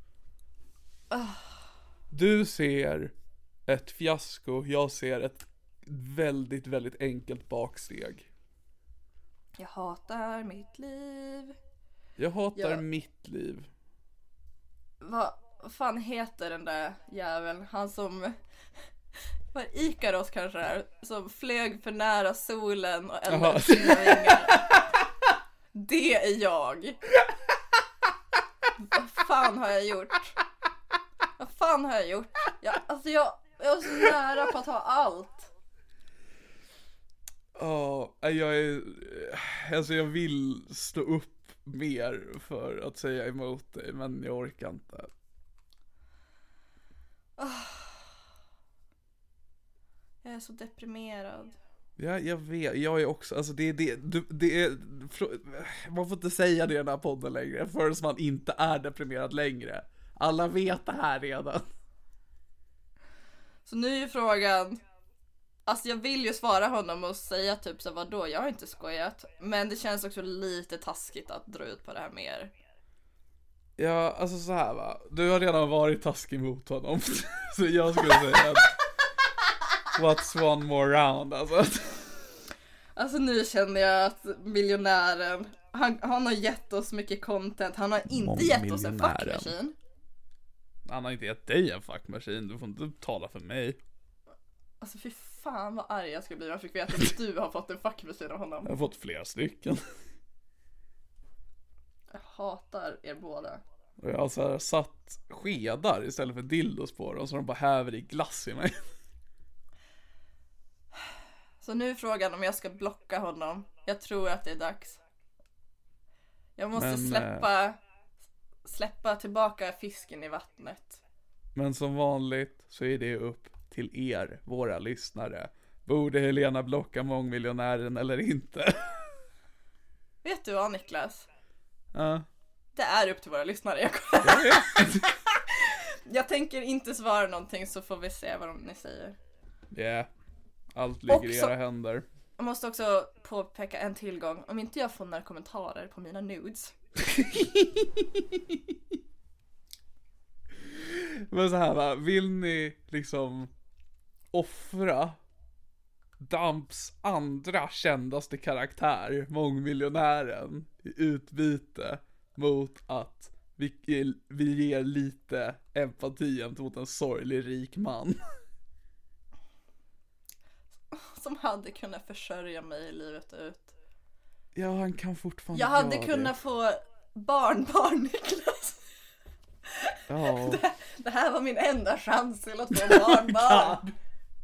Du ser ett fiasko. Jag ser ett väldigt, väldigt enkelt baksteg. Jag hatar mitt liv. Jag hatar mitt liv. Vad fan heter den där jäveln? Han som var Ikaros kanske där, som flög för nära solen och eldade sina vingar. Det är jag. Vad fan har jag gjort? Jag var så nära på att ha allt. Jag vill stå upp mer för att säga emot dig, men jag orkar inte. Jag är så deprimerad. Ja, jag vet. Jag är också, alltså det är man får inte säga det i den här podden längre förrän man inte är deprimerad längre. Alla vet det här redan. Så nu är ju frågan, alltså jag vill ju svara honom och säga typ så vadå, jag har inte skojat. Men det känns också lite taskigt att dra ut på det här mer. Ja, alltså så här va. Du har redan varit taskig mot honom. Så jag skulle säga att what's one more round, alltså. Alltså nu känner jag att miljonären, han har gett oss mycket content. Han har inte gett oss en fuckmaskin. Han har inte gett dig en fuckmaskin. Du får inte tala för mig. Alltså fy fan vad arg jag ska bli. Jag fick veta att du har fått en fuckmaskin av honom. Jag har fått flera stycken. Jag hatar er båda. Och jag har så här satt skedar istället för dildos på dem, så de bara häver i glass i mig. Så nu är frågan om jag ska blocka honom. Jag tror att det är dags. Jag måste släppa tillbaka fisken i vattnet. Men som vanligt så är det upp till er, våra lyssnare. Borde Helena blocka mångmiljonären eller inte? Vet du vad, Niklas? Ja. Det är upp till våra lyssnare. Jag tänker inte svara någonting, så får vi se vad ni säger. Ja, allt ligger i era händer. Jag måste också påpeka en tillgång. Om inte jag får några kommentarer på mina nudes. Men så här, va? Vill ni liksom offra Damps andra kändaste karaktär, mångmiljonären, i utbyte mot att vi ger lite empati gentemot en sorglig rik man? Som hade kunnat försörja mig livet ut. Ja, han kan fortfarande. Jag hade kunnat få barnbarn, Niklas. Ja. Det här var min enda chans till att få barnbarn.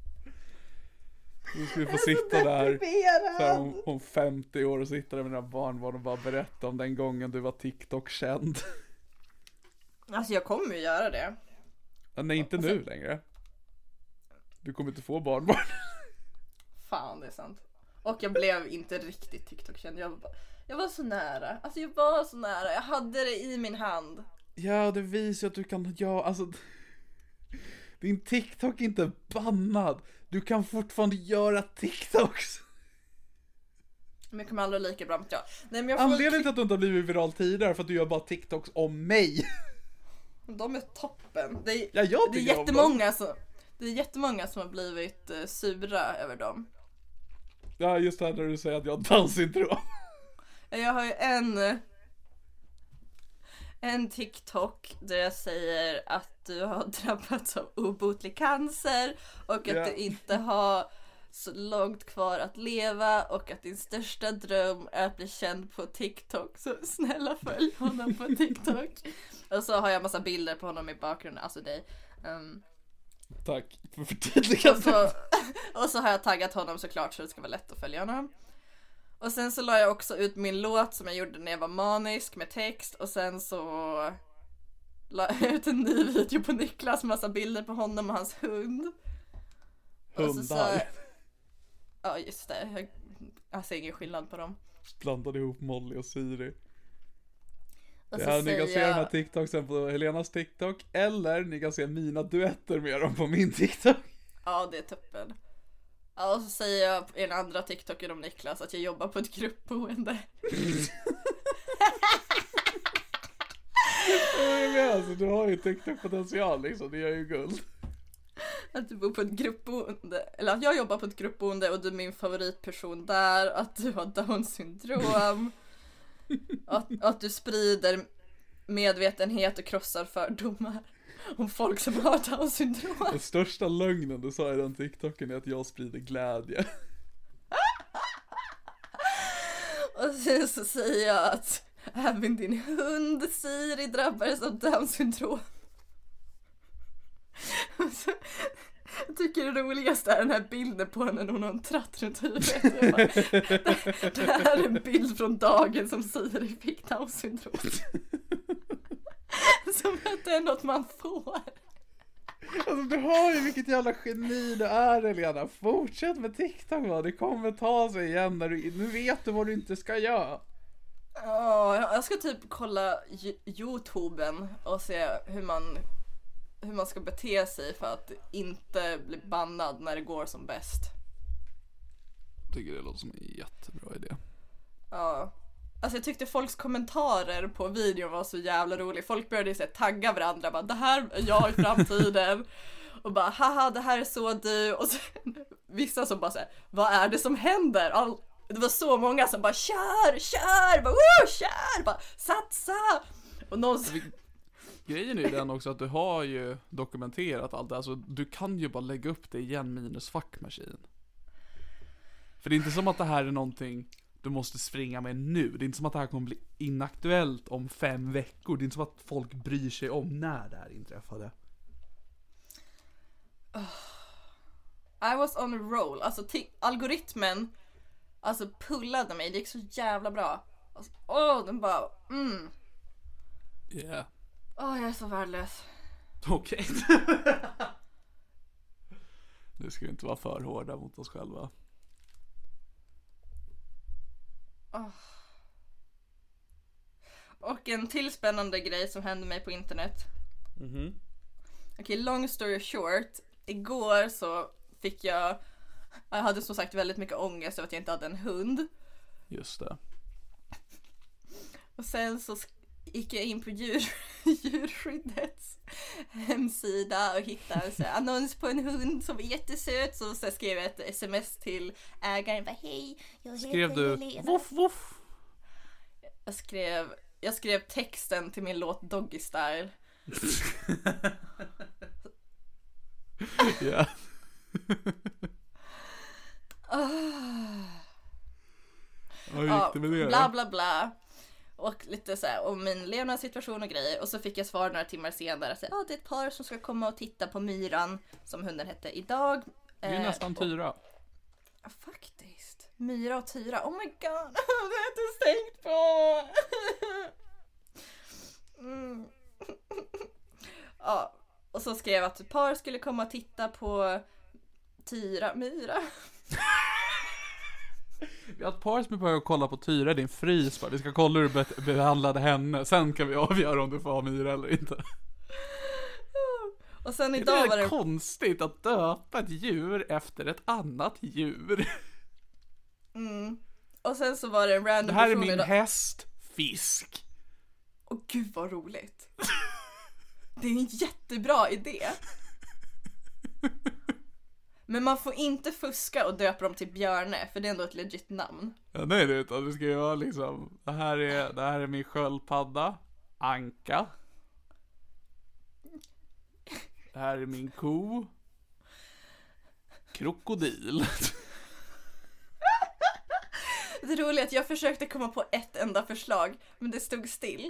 Nu ska vi få sitta där så här om 50 år och sitta där med dina barnbarn och bara berätta om den gången du var TikTok-känd. Alltså jag kommer ju göra det. Ja, nej, inte nu längre. Du kommer inte få barnbarn. Fan, det är sant. Och jag blev inte riktigt TikTok-känd. Jag var så nära. Alltså jag var så nära. Jag hade det i min hand. Ja, det visar att du kan. Ja, alltså din TikTok är inte bannad. Du kan fortfarande göra TikToks. Men jag kommer aldrig lika bra med jag. Nej, men anledningen till att du inte har blivit viral tidigare för att du gör bara TikToks om mig. De är toppen. Det är jättemånga som har blivit sura över dem. Ja, just det här när du säger att jag har Down-syndrom. Jag har ju en TikTok där jag säger att du har drabbats av obotlig cancer och att du inte har så långt kvar att leva och att din största dröm är att bli känd på TikTok. Så snälla följ honom på TikTok. Och så har jag massa bilder på honom i bakgrunden, alltså dig. Tack för förtydligandet. Och så har jag taggat honom såklart så det ska vara lätt att följa honom. Och sen så la jag också ut min låt som jag gjorde när jag var manisk med text. Och sen så la jag ut en ny video på Niklas, massa bilder på honom och hans hund. Hundar? Ja, just det. Jag ser ingen skillnad på dem. Blandade ihop Molly och Siri. Och ja, ni kan se de här TikToksen på Helenas TikTok. Eller ni kan se mina duetter med dem på min TikTok. Ja, det är toppen. Ja, och så säger jag i en andra TikToken om Niklas att jag jobbar på ett gruppboende. Alltså, du har ju TikTok-potential liksom, det är ju guld. Att du bor på ett gruppboende, eller att jag jobbar på ett gruppboende och du är min favoritperson där, att du har Down-syndrom, att du sprider medvetenhet och krossar fördomar om folk som har Down-syndrom. Den största lögnen du sa i den TikToken är att jag sprider glädje. Och sen så säger jag att även din hund Siri drabbades av Down-syndrom. Jag tycker det roligaste är den här bilden på henne när hon har en tratt runt huvudet. Det här är en bild från dagen som Siri fick Down-syndrom. Som att det är något man får. Alltså du har ju vilket jävla geni du är, Helena. Fortsätt med TikTok va, det kommer ta sig igen när nu vet du vad du inte ska göra. Ja, jag ska typ kolla YouTuben och se hur man ska bete sig för att inte bli bannad när det går som bäst. Jag tycker det låter som en jättebra idé. Ja. Alltså jag tyckte folks kommentarer på videon var så jävla rolig. Folk började så här tagga varandra, bara det här är jag i framtiden. Och bara haha, det här är så du. Och så, vissa som bara så här, vad är det som händer? det var så många som bara kör, bara, kör, bara satsa. Och någon... Grejen är ju den också att du har ju dokumenterat allt det. Alltså du kan ju bara lägga upp det igen minus fuckmaskin. För det är inte som att det här är någonting du måste springa med nu. Det är inte som att det här kommer bli inaktuellt om 5 veckor. Det är inte som att folk bryr sig om när det här inträffade. I was on a roll. Alltså algoritmen alltså pullade mig. Det gick så jävla bra. Alltså, den bara Yeah. Jag är så värdelös. Okej. Nu ska vi inte vara för hårda mot oss själva. Och en till spännande grej som hände mig på internet. Okej, long story short. Igår så fick jag hade som sagt väldigt mycket ångest över att jag inte hade en hund. Just det. Och sen så gick jag in på djurskyddets hemsida och hittade en annons på en hund som var jättesöt. Så skrev jag ett sms till ägaren. Bara, hej, jag heter skrev du Helena. Voff, voff? Jag skrev texten till min låt Doggy Style. Ja. Vad gick det med det? Bla bla bla. Och lite så här om min levnadssituation och grejer. Och så fick jag svar några timmar senare att det är ett par som ska komma och titta på Myran, som hunden hette, idag. Det är nästan Tyra. Ja, faktiskt. Myra och Tyra. Oh my god. Det har jag inte tänkt på. Ja. Och så skrev jag att ett par skulle komma och titta på Myra. Vi har ett par som är på att kolla på Tyra, din frys. Vi ska kolla hur du behandlade henne. Sen kan vi avgöra om du får ha Myra eller inte. Och sen idag var det konstigt att döpa ett djur efter ett annat djur. Och sen så var det en random Det här är person min idag. häst, fisk. Åh gud vad roligt. Det är en jättebra idé. Men man får inte fuska och döpa dem till Björne, för det är ändå ett legit namn. Ja, nej, utan det ska ju vara liksom, det här är min sköldpadda, Anka. Det här är min ko, Krokodil. Det roliga är att jag försökte komma på ett enda förslag, men det stod still.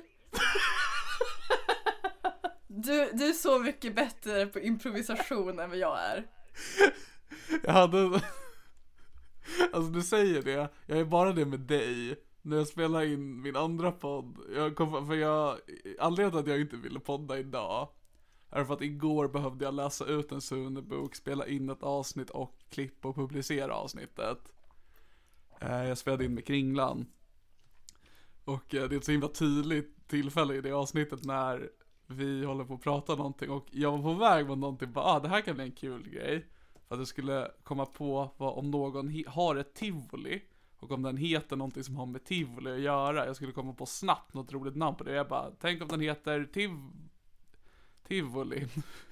Du är så mycket bättre på improvisation än vad jag är. Jag hade... Alltså du säger det, jag är bara det med dig. När jag spelar in min andra podd, anledningen till att jag inte ville podda idag är för att igår behövde jag läsa ut en Sune-bok, spela in ett avsnitt och klippa och publicera avsnittet. Jag spelade in med Kringlan. Och det är ett så himla tydligt tillfälle i det avsnittet när vi håller på att prata någonting och jag var på väg med någonting, bara det här kan bli en kul grej. För att jag skulle komma på om någon har ett tivoli och om den heter någonting som har med tivoli att göra. Jag skulle komma på snabbt något roligt namn på det. Jag bara, tänk om den heter Tivoli.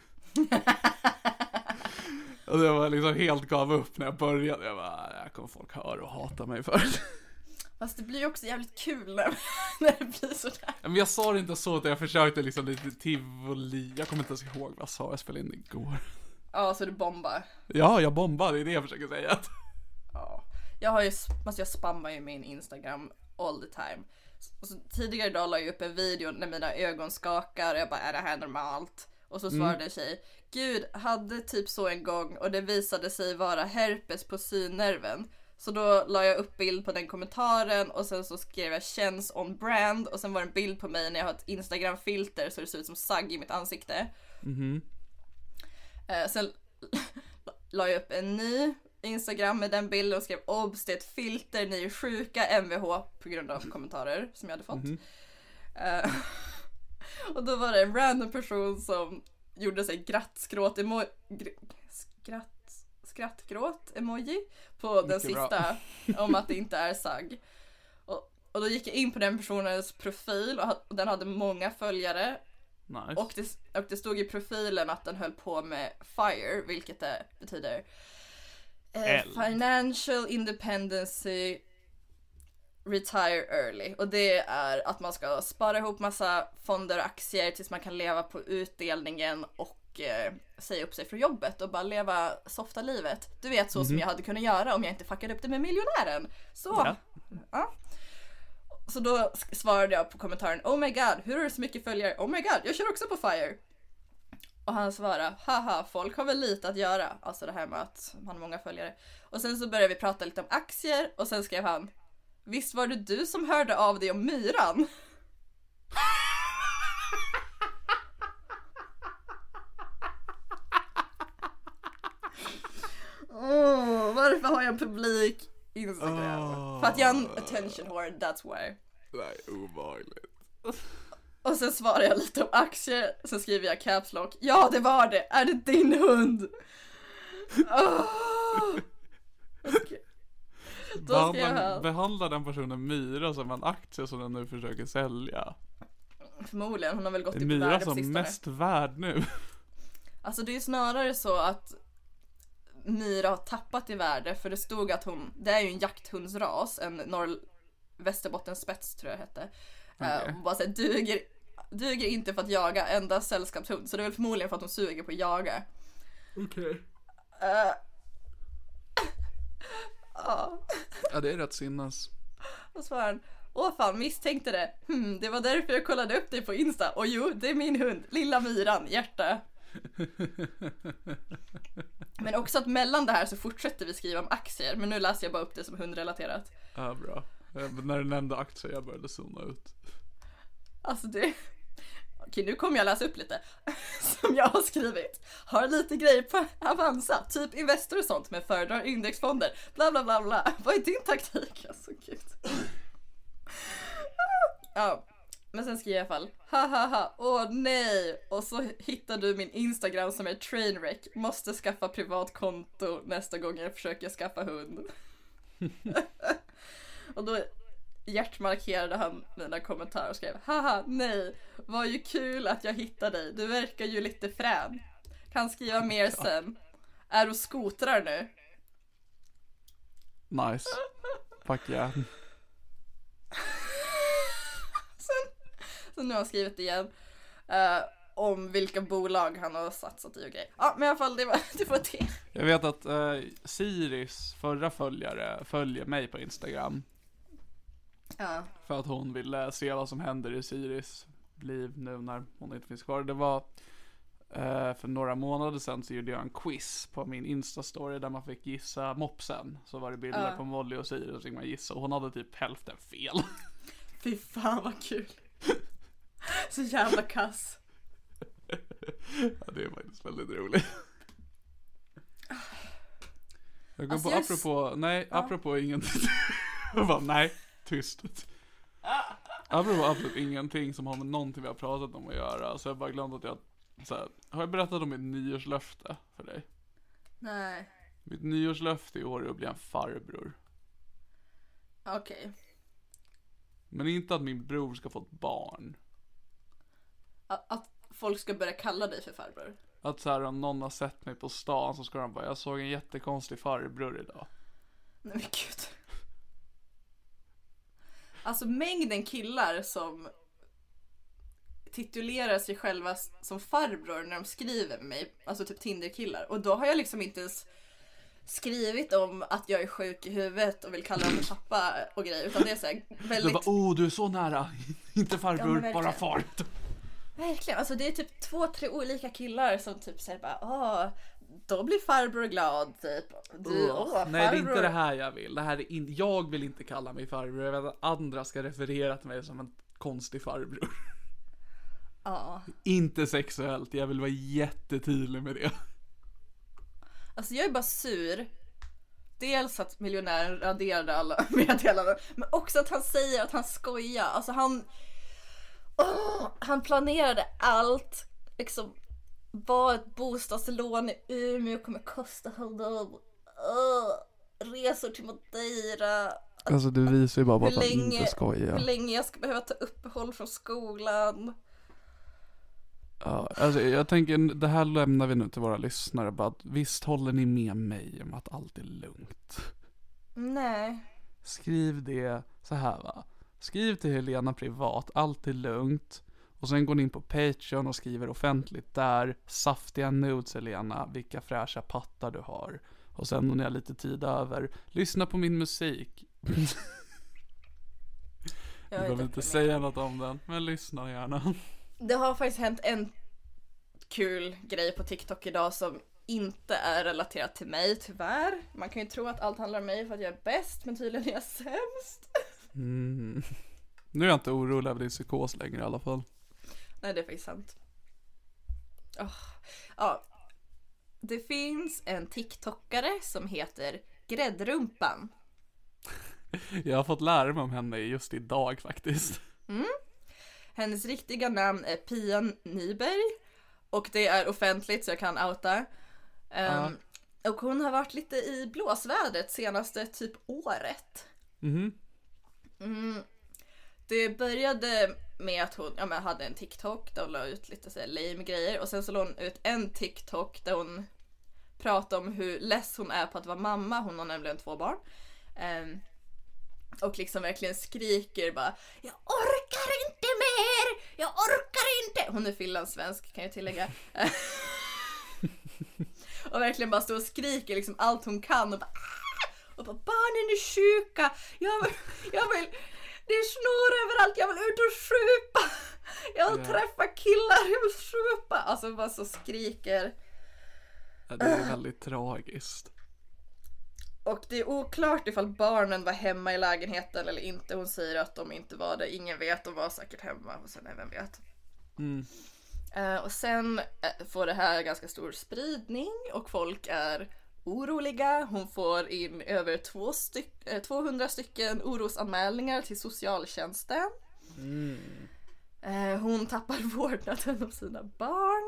Och det var liksom helt gav upp när jag började. Jag bara, jag kommer folk höra och hata mig för. Fast det blir ju också jävligt kul när det blir sådär. Men jag sa det inte så att jag försökte liksom lite tivoli. Jag kommer inte ens ihåg vad jag sa, jag spelade in igår. Ja, så du bombar. Ja, jag bombar, det är det jag försöker säga. Ja, jag spammar ju min Instagram all the time. Och så, tidigare idag la jag upp en video när mina ögon skakar och jag bara, är det här normalt? Och så svarade en tjej, gud, hade typ så en gång och det visade sig vara herpes på synnerven. Så då la jag upp bild på den kommentaren och sen så skrev jag känns on brand och sen var det en bild på mig när jag har ett Instagram-filter så det ser ut som sagg i mitt ansikte. Sen la jag upp en ny Instagram med den bilden och skrev obs, det är ett filter, ni är sjuka, MVH, på grund av kommentarer som jag hade fått. Och då var det en random person som gjorde sig skrattgråt-emoji på den sista om att det inte är sagg. Och då gick jag in på den personens profil och den hade många följare. Nice. Och det stod i profilen att den höll på med FIRE, vilket det betyder Financial Independence retire early. Och det är att man ska spara ihop massa fonder och aktier tills man kan leva på utdelningen och säga upp sig från jobbet och bara leva softa livet. Du vet, så som jag hade kunnat göra om jag inte fuckade upp det med miljonären. Så. Ja. Så då svarade jag på kommentaren: oh my god, hur har du så mycket följare? Oh my god, jag kör också på FIRE. Och han svarade: haha, folk har väl lite att göra. Alltså det här med att man har många följare. Och sen så började vi prata lite om aktier. Och sen skrev han: visst var det du som hörde av dig om myran? Varför har jag en publik Instagram? För att jag är en attention whore, that's why. Det är obehagligt. Och sen svarar jag lite om aktier. Sen skriver jag caps lock: ja, det var det. Är det din hund? Okay. Behandlar den personen Myra som en aktie som den nu försöker sälja? Förmodligen, hon har väl gått upp i Myra värde som mest värd nu. Alltså det är snarare så att Myra har tappat i värde. För det stod att det är ju en jakthundsras. En Västerbottens spets tror jag hette. Hon bara såhär, duger inte för att jaga, enda sällskapshund. Så det är väl förmodligen för att hon suger på att jaga. Okej. Ja, det är rätt sinnes. Och så var han: åh fan, misstänkte det. Det var därför jag kollade upp dig på Insta. Och jo, det är min hund, lilla Myran, hjärta. Men också att mellan det här så fortsätter vi skriva om aktier. Men nu läser jag bara upp det som hundrelaterat. Ja, bra. När du nämnde aktier jag började zona ut. Alltså det... Okej, nu kommer jag läsa upp lite som jag har skrivit. Har lite grejer på Avanza, typ Investor och sånt, men föredrar indexfonder. Bla bla bla bla. Vad är din taktik? Alltså gud. Ja, men sen skriver jag i alla fall: hahaha, åh nej. Och så hittar du min Instagram som är trainwreck. Måste skaffa privat konto nästa gång jag försöker skaffa hund. Och då hjärtmarkerade han mina kommentarer och skrev: haha, nej, var ju kul att jag hittade dig. Du verkar ju lite frän. Kan skriva mer sen. Är du skotrar nu? Nice. Fuck yeah. Så nu har jag skrivit igen om vilka bolag han har satsat i och grejer. Ja, men i alla fall det var det. Jag vet att Siris förra följare följer mig på Instagram. Ja. För att hon ville se vad som händer i Siris liv nu när hon inte finns kvar. Det var för några månader sedan så gjorde jag en quiz på min Insta-story där man fick gissa mopsen. Så var det bilder på Molly och Siris och så fick man gissa. Och hon hade typ hälften fel. Fy fan vad kul. Så jävla kass. Ja, det är faktiskt väldigt roligt. Jag går alltså på apropå ingenting. Jag bara, nej, tyst. Apropå absolut ingenting som har med någonting vi har pratat om att göra. Så jag bara glömt att har jag berättat om mitt nyårslöfte för dig? Nej. Mitt nyårslöfte i år är att bli en farbror. Okej. Men inte att min bror ska få ett barn. Att folk ska börja kalla dig för farbror. Att så här, om någon har sett mig på stan så ska de bara: jag såg en jättekonstig farbror idag. Nej men gud. Alltså mängden killar som titulerar sig själva som farbror när de skriver med mig. Alltså typ Tinder-killar. Och då har jag liksom inte ens skrivit om att jag är sjuk i huvudet och vill kalla dem pappa och grejer. Utan det är så här väldigt... Du bara, du är så nära. Inte farbror, ja, bara far. Verkligen, alltså det är typ 2-3 olika killar som typ säger bara, då blir farbror glad typ. Nej, det är inte det här jag vill. Det här är jag vill inte kalla mig farbror. Jag vet att andra ska referera till mig som en konstig farbror. Ja. Inte sexuellt, jag vill vara jättetydlig med det. Alltså jag är bara sur. Dels att miljonären raderade alla meddelanden, men också att han säger att han skojar. Alltså han planerade allt. Liksom, vad ett bostadslån i Umeå kommer kosta honom. Resor till Madeira. Alltså du visar ju bara att han inte skojar. Hur länge jag ska behöva ta uppehåll från skolan. Ja, alltså jag tänker, det här lämnar vi nu till våra lyssnare. Bara att, visst håller ni med mig om att allt är lugnt? Nej. skriv det så här va. Skriv till Helena privat, allt är lugnt. Och sen går ni in på Patreon och skriver offentligt där. Saftiga nudes Helena, vilka fräscha pattar du har. Och sen när ni har lite tid över, lyssna på min musik. Jag behöver inte säga något om den, men lyssna gärna. Det har faktiskt hänt en kul grej på TikTok idag som inte är relaterat till mig, tyvärr. Man kan ju tro att allt handlar om mig för att jag är bäst, men tydligen är jag sämst. Nu är jag inte orolig över din psykos längre i alla fall. Nej, det är faktiskt sant. Ja, det finns en TikTokare som heter Gräddrumpan. Jag har fått lära mig om henne just idag faktiskt. Hennes riktiga namn är Pia Nyberg. Och det är offentligt så jag kan outa. Och hon har varit lite i blåsvädret senaste typ året. Det började med att hon hade en TikTok där hon la ut lite så här lame grejer. Och sen så la hon ut en TikTok där hon pratade om hur less hon är på att vara mamma. Hon har nämligen 2 barn. Och liksom verkligen skriker bara: jag orkar inte mer! Jag orkar inte! Hon är finlandssvensk kan jag tillägga. Och verkligen bara står och skriker liksom allt hon kan och bara, barnen är sjuka! Jag vill det är snor överallt, jag vill ut och supa! Jag vill träffa killar, jag vill supa! Alltså bara så skriker. Ja, det är väldigt tragiskt. Och det är oklart ifall barnen var hemma i lägenheten eller inte. Hon säger att de inte var det. Ingen vet, de var säkert hemma. Och sen vem vet. Och sen får det här ganska stor spridning. Och folk är oroliga. Hon får in över 200 stycken orosanmälningar till socialtjänsten. Hon tappar vårdnaden om sina barn.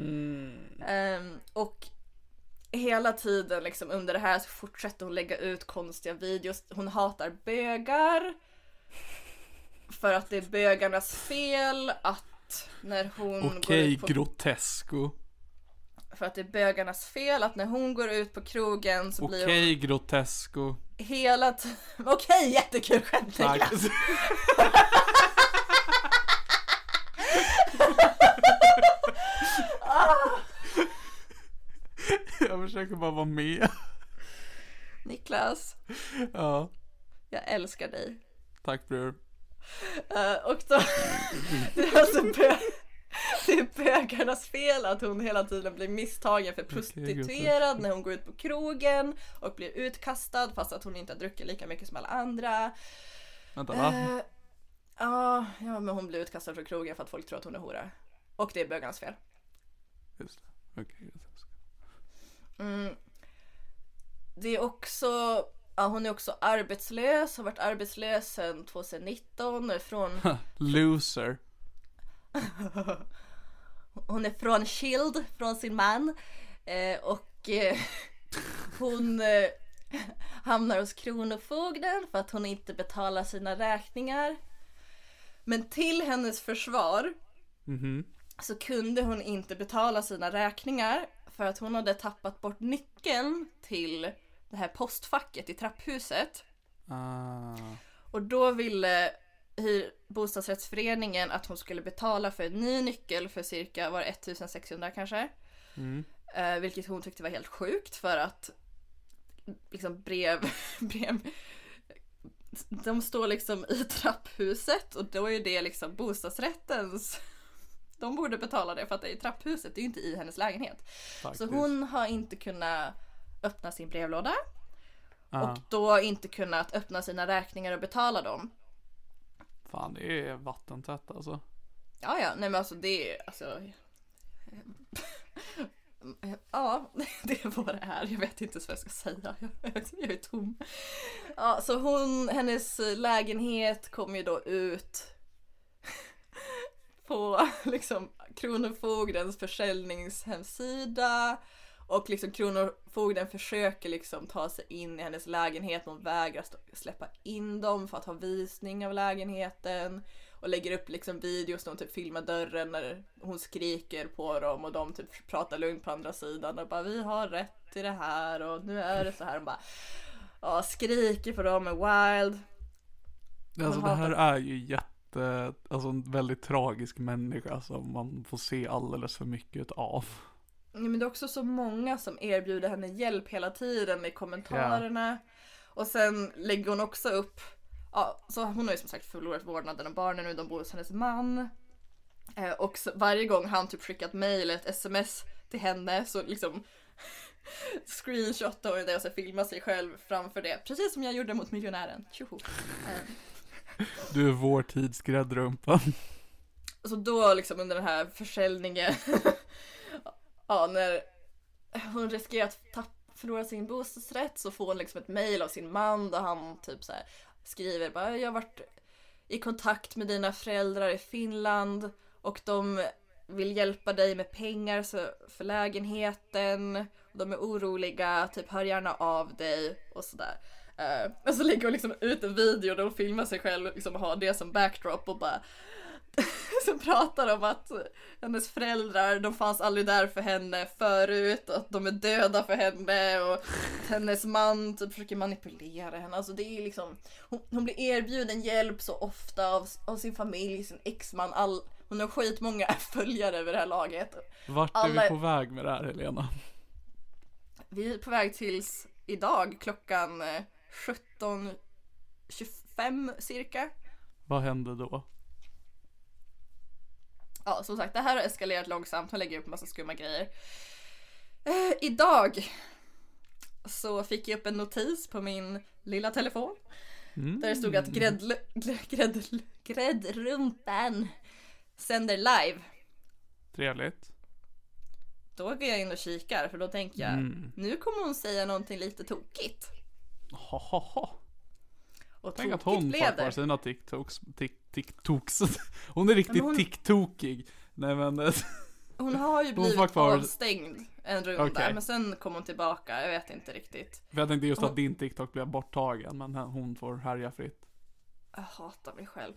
Och hela tiden liksom under det här så fortsätter hon lägga ut konstiga videos. Hon hatar bögar. För att det är bögarnas fel att när hon går ut på... Grotesco. För att det är bögarnas fel att när hon går ut på krogen så blir hon... Grotesco. Hela tiden... Okej, jättekul skämt. Tack. Jag försöker bara vara med. Niklas. Ja. Jag älskar dig. Tack bror. Och då det är alltså det är bögarnas fel att hon hela tiden blir misstagen för prostituerad när hon går ut på krogen och blir utkastad fast att hon inte har druckit lika mycket som alla andra. Vänta, va? Ja, men hon blir utkastad från krogen för att folk tror att hon är hora. Och det är bögarnas fel. Just det. Okej. Det är också hon är också arbetslös, har varit arbetslös sedan 2019 från loser. Hon är från skild från sin man och hon hamnar hos kronofogden för att hon inte betalar sina räkningar. Men till hennes försvar så kunde hon inte betala sina räkningar för att hon hade tappat bort nyckeln till det här postfacket i trapphuset. Och då ville bostadsrättsföreningen att hon skulle betala för en ny nyckel för cirka 1600 kanske. Vilket hon tyckte var helt sjukt för att liksom brev de står liksom i trapphuset och då är det liksom bostadsrättens. De borde betala det för att det är i trapphuset, det är ju inte i hennes lägenhet. Faktiskt. Så hon har inte kunnat öppna sin brevlåda och då inte kunnat öppna sina räkningar och betala dem. Fan, det är vattentätt alltså. Ja, nej men alltså det är alltså ja, det var det här. Jag vet inte vad jag ska säga. Jag är tom. Ja, så hennes lägenhet kom ju då ut på liksom kronofogdens försäljningshemsida och liksom kronofogden försöker liksom ta sig in i hennes lägenhet, men hon vägrar släppa in dem för att ha visning av lägenheten och lägger upp liksom videos när hon typ filmar dörren när hon skriker på dem och de typ pratar lugnt på andra sidan och bara vi har rätt till det här och nu är det så här och bara skriker på dem med Wild. Alltså det här är ju alltså en väldigt tragisk människa som man får se alldeles för mycket av. Ja, men det är också så många som erbjuder henne hjälp hela tiden i kommentarerna. Yeah. Och sen lägger hon också upp, så hon har ju som sagt förlorat vårdnaden av barnen nu, de bor hos hennes man. Och så, varje gång han typ skickat mejl eller ett sms till henne så liksom screenshotar hon det och så filmar sig själv framför det. Precis som jag gjorde mot miljonären. Tjoho. Du är vår tids gräddrumpa. Så då liksom under den här försäljningen när hon riskerar att förlora sin bostadsrätt så får hon liksom ett mejl av sin man där han typ så här skriver bara, jag har varit i kontakt med dina föräldrar i Finland och de vill hjälpa dig med pengar för lägenheten. De är oroliga, typ hör gärna av dig och sådär. Och så lägger hon liksom ut en video där hon filmar sig själv liksom och har det som backdrop och bara så pratar om att hennes föräldrar, de fanns aldrig där för henne förut, att de är döda för henne och att hennes man typ försöker manipulera henne. Alltså det är liksom, hon blir erbjuden hjälp så ofta av sin familj, sin exman, hon har skitmånga följare över det här laget. Vart är vi på väg med det här, Helena? Vi är på väg tills idag klockan 17:25 cirka. Vad hände då? Ja, som sagt, det här har eskalerat långsamt. Hon lägger upp en massa skumma grejer. Idag så fick jag upp en notis på min lilla telefon. Där det stod att gräddrumpan sänder live. Trevligt. Då går jag in och kikar, för då tänker jag nu kommer hon säga någonting lite tokigt. Och tänk att hon får kvar sina TikToks. Hon är riktigt TikTokig. Nej men hon har ju blivit avstängd en runda, men sen kom hon tillbaka. Jag vet inte riktigt. För jag tänkte just att din TikTok blev borttagen, men hon får härja fritt. Jag hatar mig själv.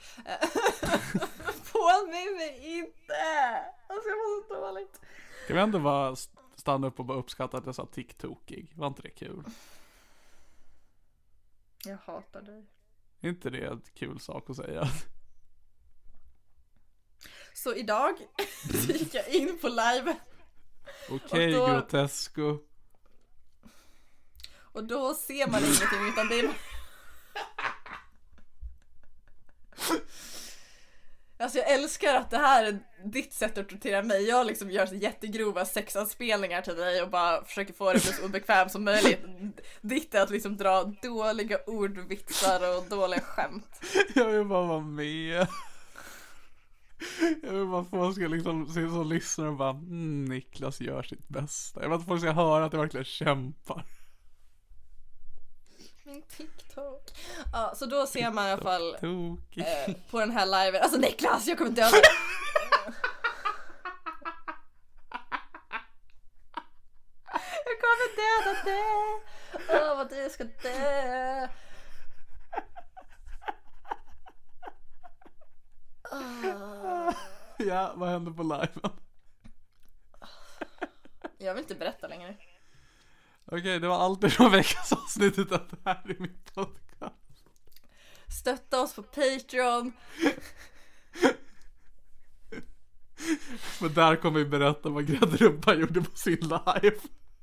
Påminn mig inte. Alltså jag mår så dåligt. Kan vi ändå bara stanna upp och bara uppskatta att jag sa TikTokig? Var inte det kul? Jag hatar dig. Är inte det en kul sak att säga? Så idag gick jag in på live. Okej, Grotesco. Och då ser man ingenting utan det är... Alltså jag älskar att det här är ditt sätt att tortera mig. Jag liksom gör så jättegrova sexanspelningar till dig och bara försöker få det så obekväm som möjligt. Ditt är att liksom dra dåliga ordvitsar och dåliga skämt. Jag vill bara vara med. Jag vill bara att folk ska liksom se som lyssnar och bara Niklas gör sitt bästa. Jag vill att folk ska höra att jag verkligen kämpar. Min TikTok. Ja, så då ser man i alla fall på den här liven. Alltså Niklas, jag kommer döda dig. Jag kommer döda dig. Vad du ska dö. Ja, vad hände på liven? Jag vill inte berätta längre. Okej, det var allt från veckans avsnittet av det här i min podcast. Stötta oss på Patreon. Men där kommer vi berätta vad Gräddrumpa gjorde på sin live.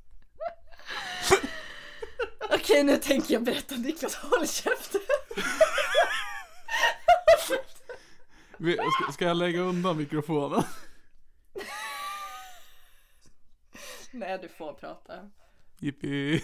Okej, nu tänker jag berätta. Niklas, håll käften. Ska jag lägga undan mikrofonen? Nej, du får prata. Yippie.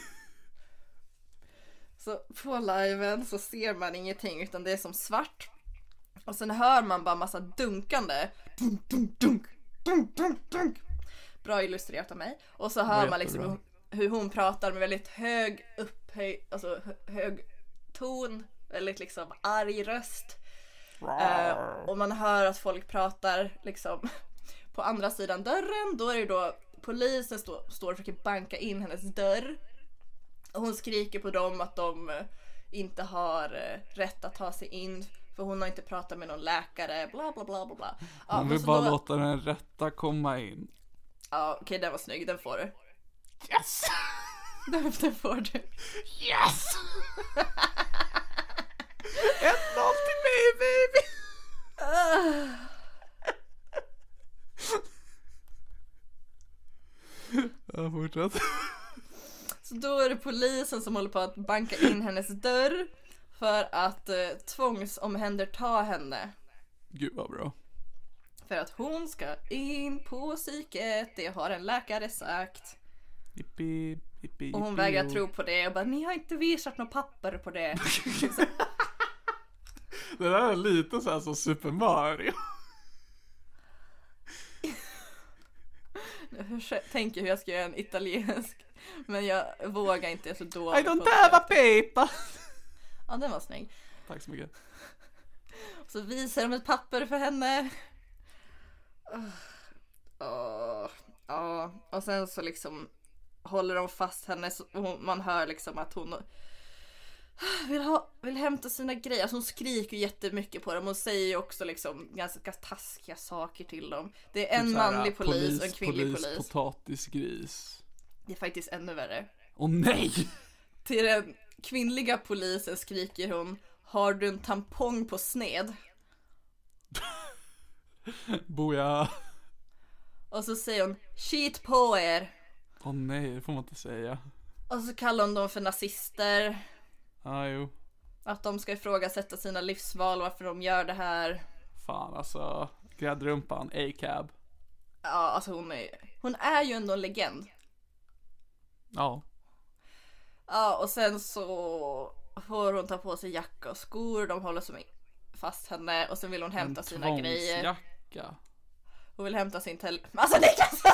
Så på liven så ser man ingenting utan det är som svart. Och sen hör man bara massa dunkande. Dunk, dunk, dunk, dunk, dunk, dunk. Bra illustrerat av mig. Och så hör man liksom hur hon pratar med väldigt hög alltså hög ton, väldigt liksom arg röst. Och man hör att folk pratar liksom på andra sidan dörren. Då är det då polisen står och försöker banka in hennes dörr. Och hon skriker på dem att de inte har rätt att ta sig in, för hon har inte pratat med någon läkare, bla bla bla bla bla. Ja, hon vill bara låta den rätta komma in. Ja, okej, den var snygg, den får du. Yes! Därför får du. Yes! 1-0 till mig, baby! Ja, fortsätt. Så då är det polisen som håller på att banka in hennes dörr för att tvångsomhänderta henne. Gud vad bra. För att hon ska in på psyket, det har en läkare sagt. Yippie, yippie, Och hon vägrar tro på det och bara, ni har inte visat något papper på det. Det där är lite så här som Super Mario. Jag tänker hur jag ska göra en italiensk, men jag vågar inte, jag är så dålig. I don't have a paper. Ja, den var snygg. Tack så mycket. Så visar de ett papper för henne. Och sen så liksom håller de fast henne och man hör liksom att hon vill hämta sina grejer. Alltså hon skriker jättemycket på dem och säger också liksom ganska taskiga saker till dem. Det är en typ manlig polis och en kvinnlig polis. Potatisgris. Det är faktiskt ännu värre. Åh nej! Till den kvinnliga polisen skriker hon, har du en tampong på sned? Boja. Och så säger hon, shit på er. Åh nej, det får man inte säga. Och så kallar hon dem för nazister. Jo. Att de ska ifrågasätta sina livsval, varför de gör det här. Fan alltså, gräddrumpan, A-cab. Ja, alltså hon är ju ändå en legend. Ja. Ja, och sen så får hon ta på sig jacka och skor. De håller som fast henne. Och sen vill hon hämta sina grejer. Tvångsjacka. Hon vill hämta sin Alltså Niklas!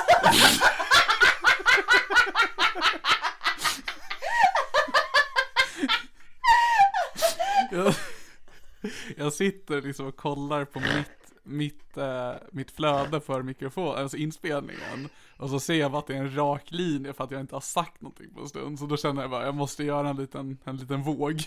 Jag sitter liksom och kollar på mitt flöde för mikrofon, alltså inspelningen, och så ser jag att det är en rak linje för att jag inte har sagt någonting på en stund, så då känner jag bara jag måste göra en liten våg.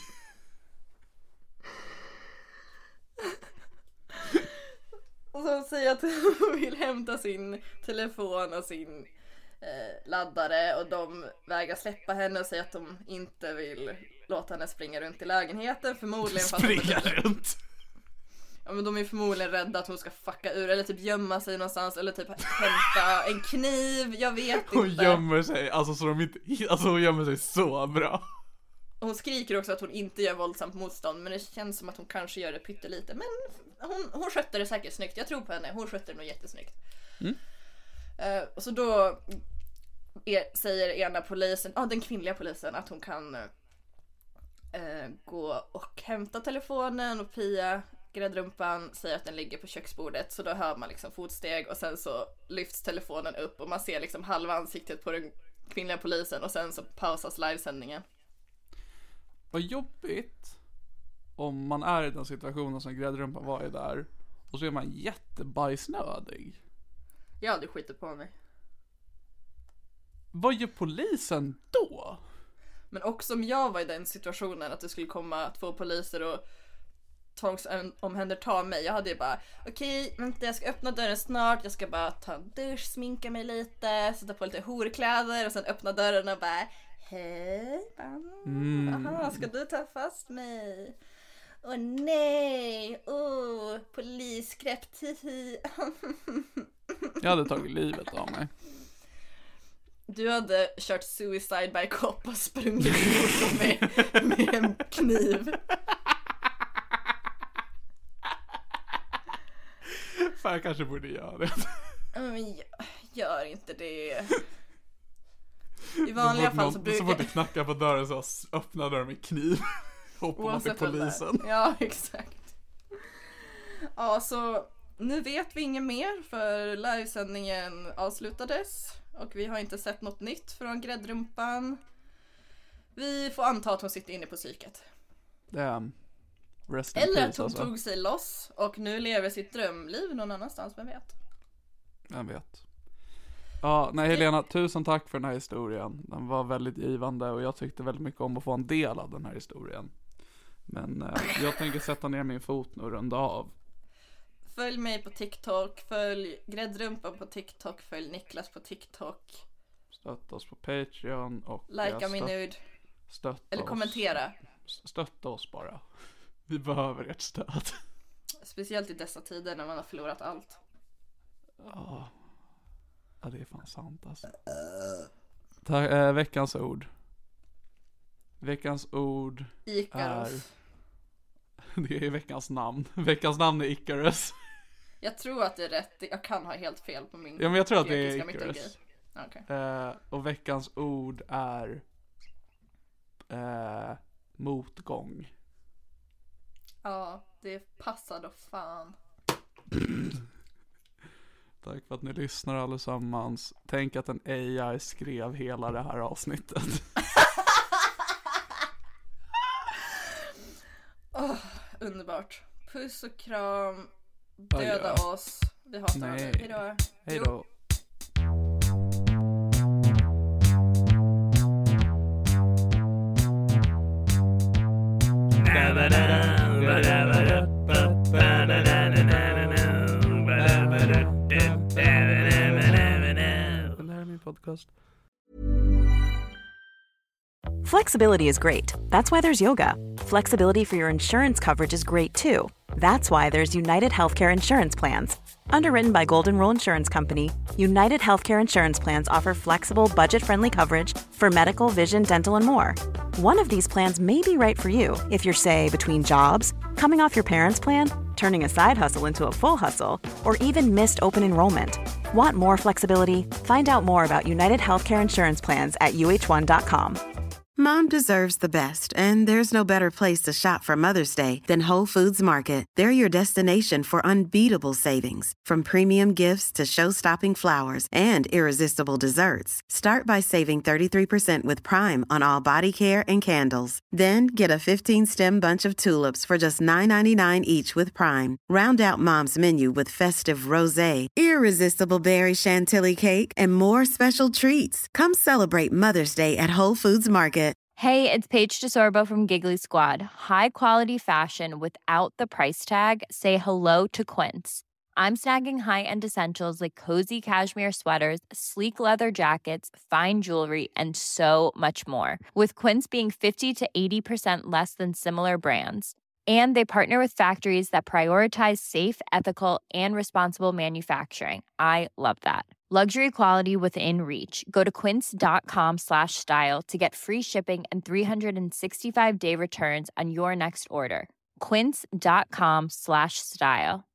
Och så säger jag att hon vill hämta sin telefon och sin laddare, och de vägrar släppa henne och säger att de inte vill låta henne springa runt i lägenheten, förmodligen för att springa runt. Ja, men de är förmodligen rädda att hon ska fucka ur eller typ gömma sig någonstans eller typ hämta en kniv, jag vet inte. Hon gömmer sig, alltså hon gömmer sig så bra. Och hon skriker också att hon inte gör våldsamt motstånd, men det känns som att hon kanske gör det pyttelite. Men hon skötte det säkert snyggt, jag tror på henne, hon skötte det nog jättesnyggt. Och så då säger ena polisen, den kvinnliga polisen, att hon kan gå och hämta telefonen, och Pia, gräddrumpan, säger att den ligger på köksbordet. Så då hör man liksom fotsteg och sen så lyfts telefonen upp och man ser liksom halva ansiktet på den kvinnliga polisen, och sen så pausas livesändningen. Vad jobbigt om man är i den situationen som gräddrumpan var i där, och så är man jättebajsnödig. Ja, det skiter på mig. Vad gör polisen då? Men också om jag var i den situationen att det skulle komma 2 poliser och tvångsomhänderta mig. Jag hade ju bara, okej, vänta, jag ska öppna dörren snart. Jag ska bara ta en dusch, sminka mig lite, sätta på lite horkläder och sen öppna dörren och bara, hej, aha, ska du ta fast mig? Åh nej, poliskräpt. Jag hade tagit livet av mig. Du hade kört suicide by cop och sprungit mot med en kniv. Fan, jag kanske borde göra det. Men gör inte det. I vanliga fall så brukar... Så fort du knackar på dörren så öppnar dörren med kniv. Hoppar man till polisen. Ja, exakt. Ja, så nu vet vi inget mer, för livesändningen avslutades. Och vi har inte sett något nytt från gräddrumpan. Vi får anta att hon sitter inne på psyket. Eller att hon tog sig loss och nu lever sitt drömliv någon annanstans, vem vet? Jag vet. Ja, nej Helena, tusen tack för den här historien. Den var väldigt givande och jag tyckte väldigt mycket om att få en del av den här historien. Men jag tänker sätta ner min fot nu och runda av. Följ mig på TikTok, följ gräddrumpan på TikTok, följ Niklas på TikTok. Stötta oss på Patreon och Likea min nude. Eller kommentera. Stötta oss bara. Vi behöver ert stöd. Speciellt i dessa tider när man har förlorat allt. Ja, det är fan sant alltså. Veckans ord. Veckans ord Icarus. Det är veckans namn. Veckans namn är Icarus. Jag tror att det är rätt. Jag kan ha helt fel på min. Ja, men jag tror att det är Icarus. Okay. Och veckans ord är motgång. Ja, det passar då fan. Tack för att ni lyssnar allesammans. Tänk att en AI skrev hela det här avsnittet. Underbart. Puss och kram. Döda oss. Vi hatar varandra. Hejdå. Hejdå. Podcast. Flexibility is great. That's why there's yoga. Flexibility for your insurance coverage is great too. That's why there's United Healthcare Insurance Plans. Underwritten by Golden Rule Insurance Company, United Healthcare Insurance Plans offer flexible, budget-friendly coverage for medical, vision, dental, and more. One of these plans may be right for you if you're, say, between jobs, coming off your parents' plan, turning a side hustle into a full hustle, or even missed open enrollment. Want more flexibility? Find out more about United Healthcare Insurance Plans at uh1.com. Mom deserves the best, and there's no better place to shop for Mother's Day than Whole Foods Market. They're your destination for unbeatable savings, from premium gifts to show-stopping flowers and irresistible desserts. Start by saving 33% with Prime on all body care and candles. Then get a 15-stem bunch of tulips for just $9.99 each with Prime. Round out Mom's menu with festive rosé, irresistible berry chantilly cake, and more special treats. Come celebrate Mother's Day at Whole Foods Market. Hey, it's Paige DeSorbo from Giggly Squad. High quality fashion without the price tag. Say hello to Quince. I'm snagging high-end essentials like cozy cashmere sweaters, sleek leather jackets, fine jewelry, and so much more. With Quince being 50 to 80% less than similar brands. And they partner with factories that prioritize safe, ethical, and responsible manufacturing. I love that. Luxury quality within reach. Go to quince.com/style to get free shipping and 365-day returns on your next order. Quince.com/style.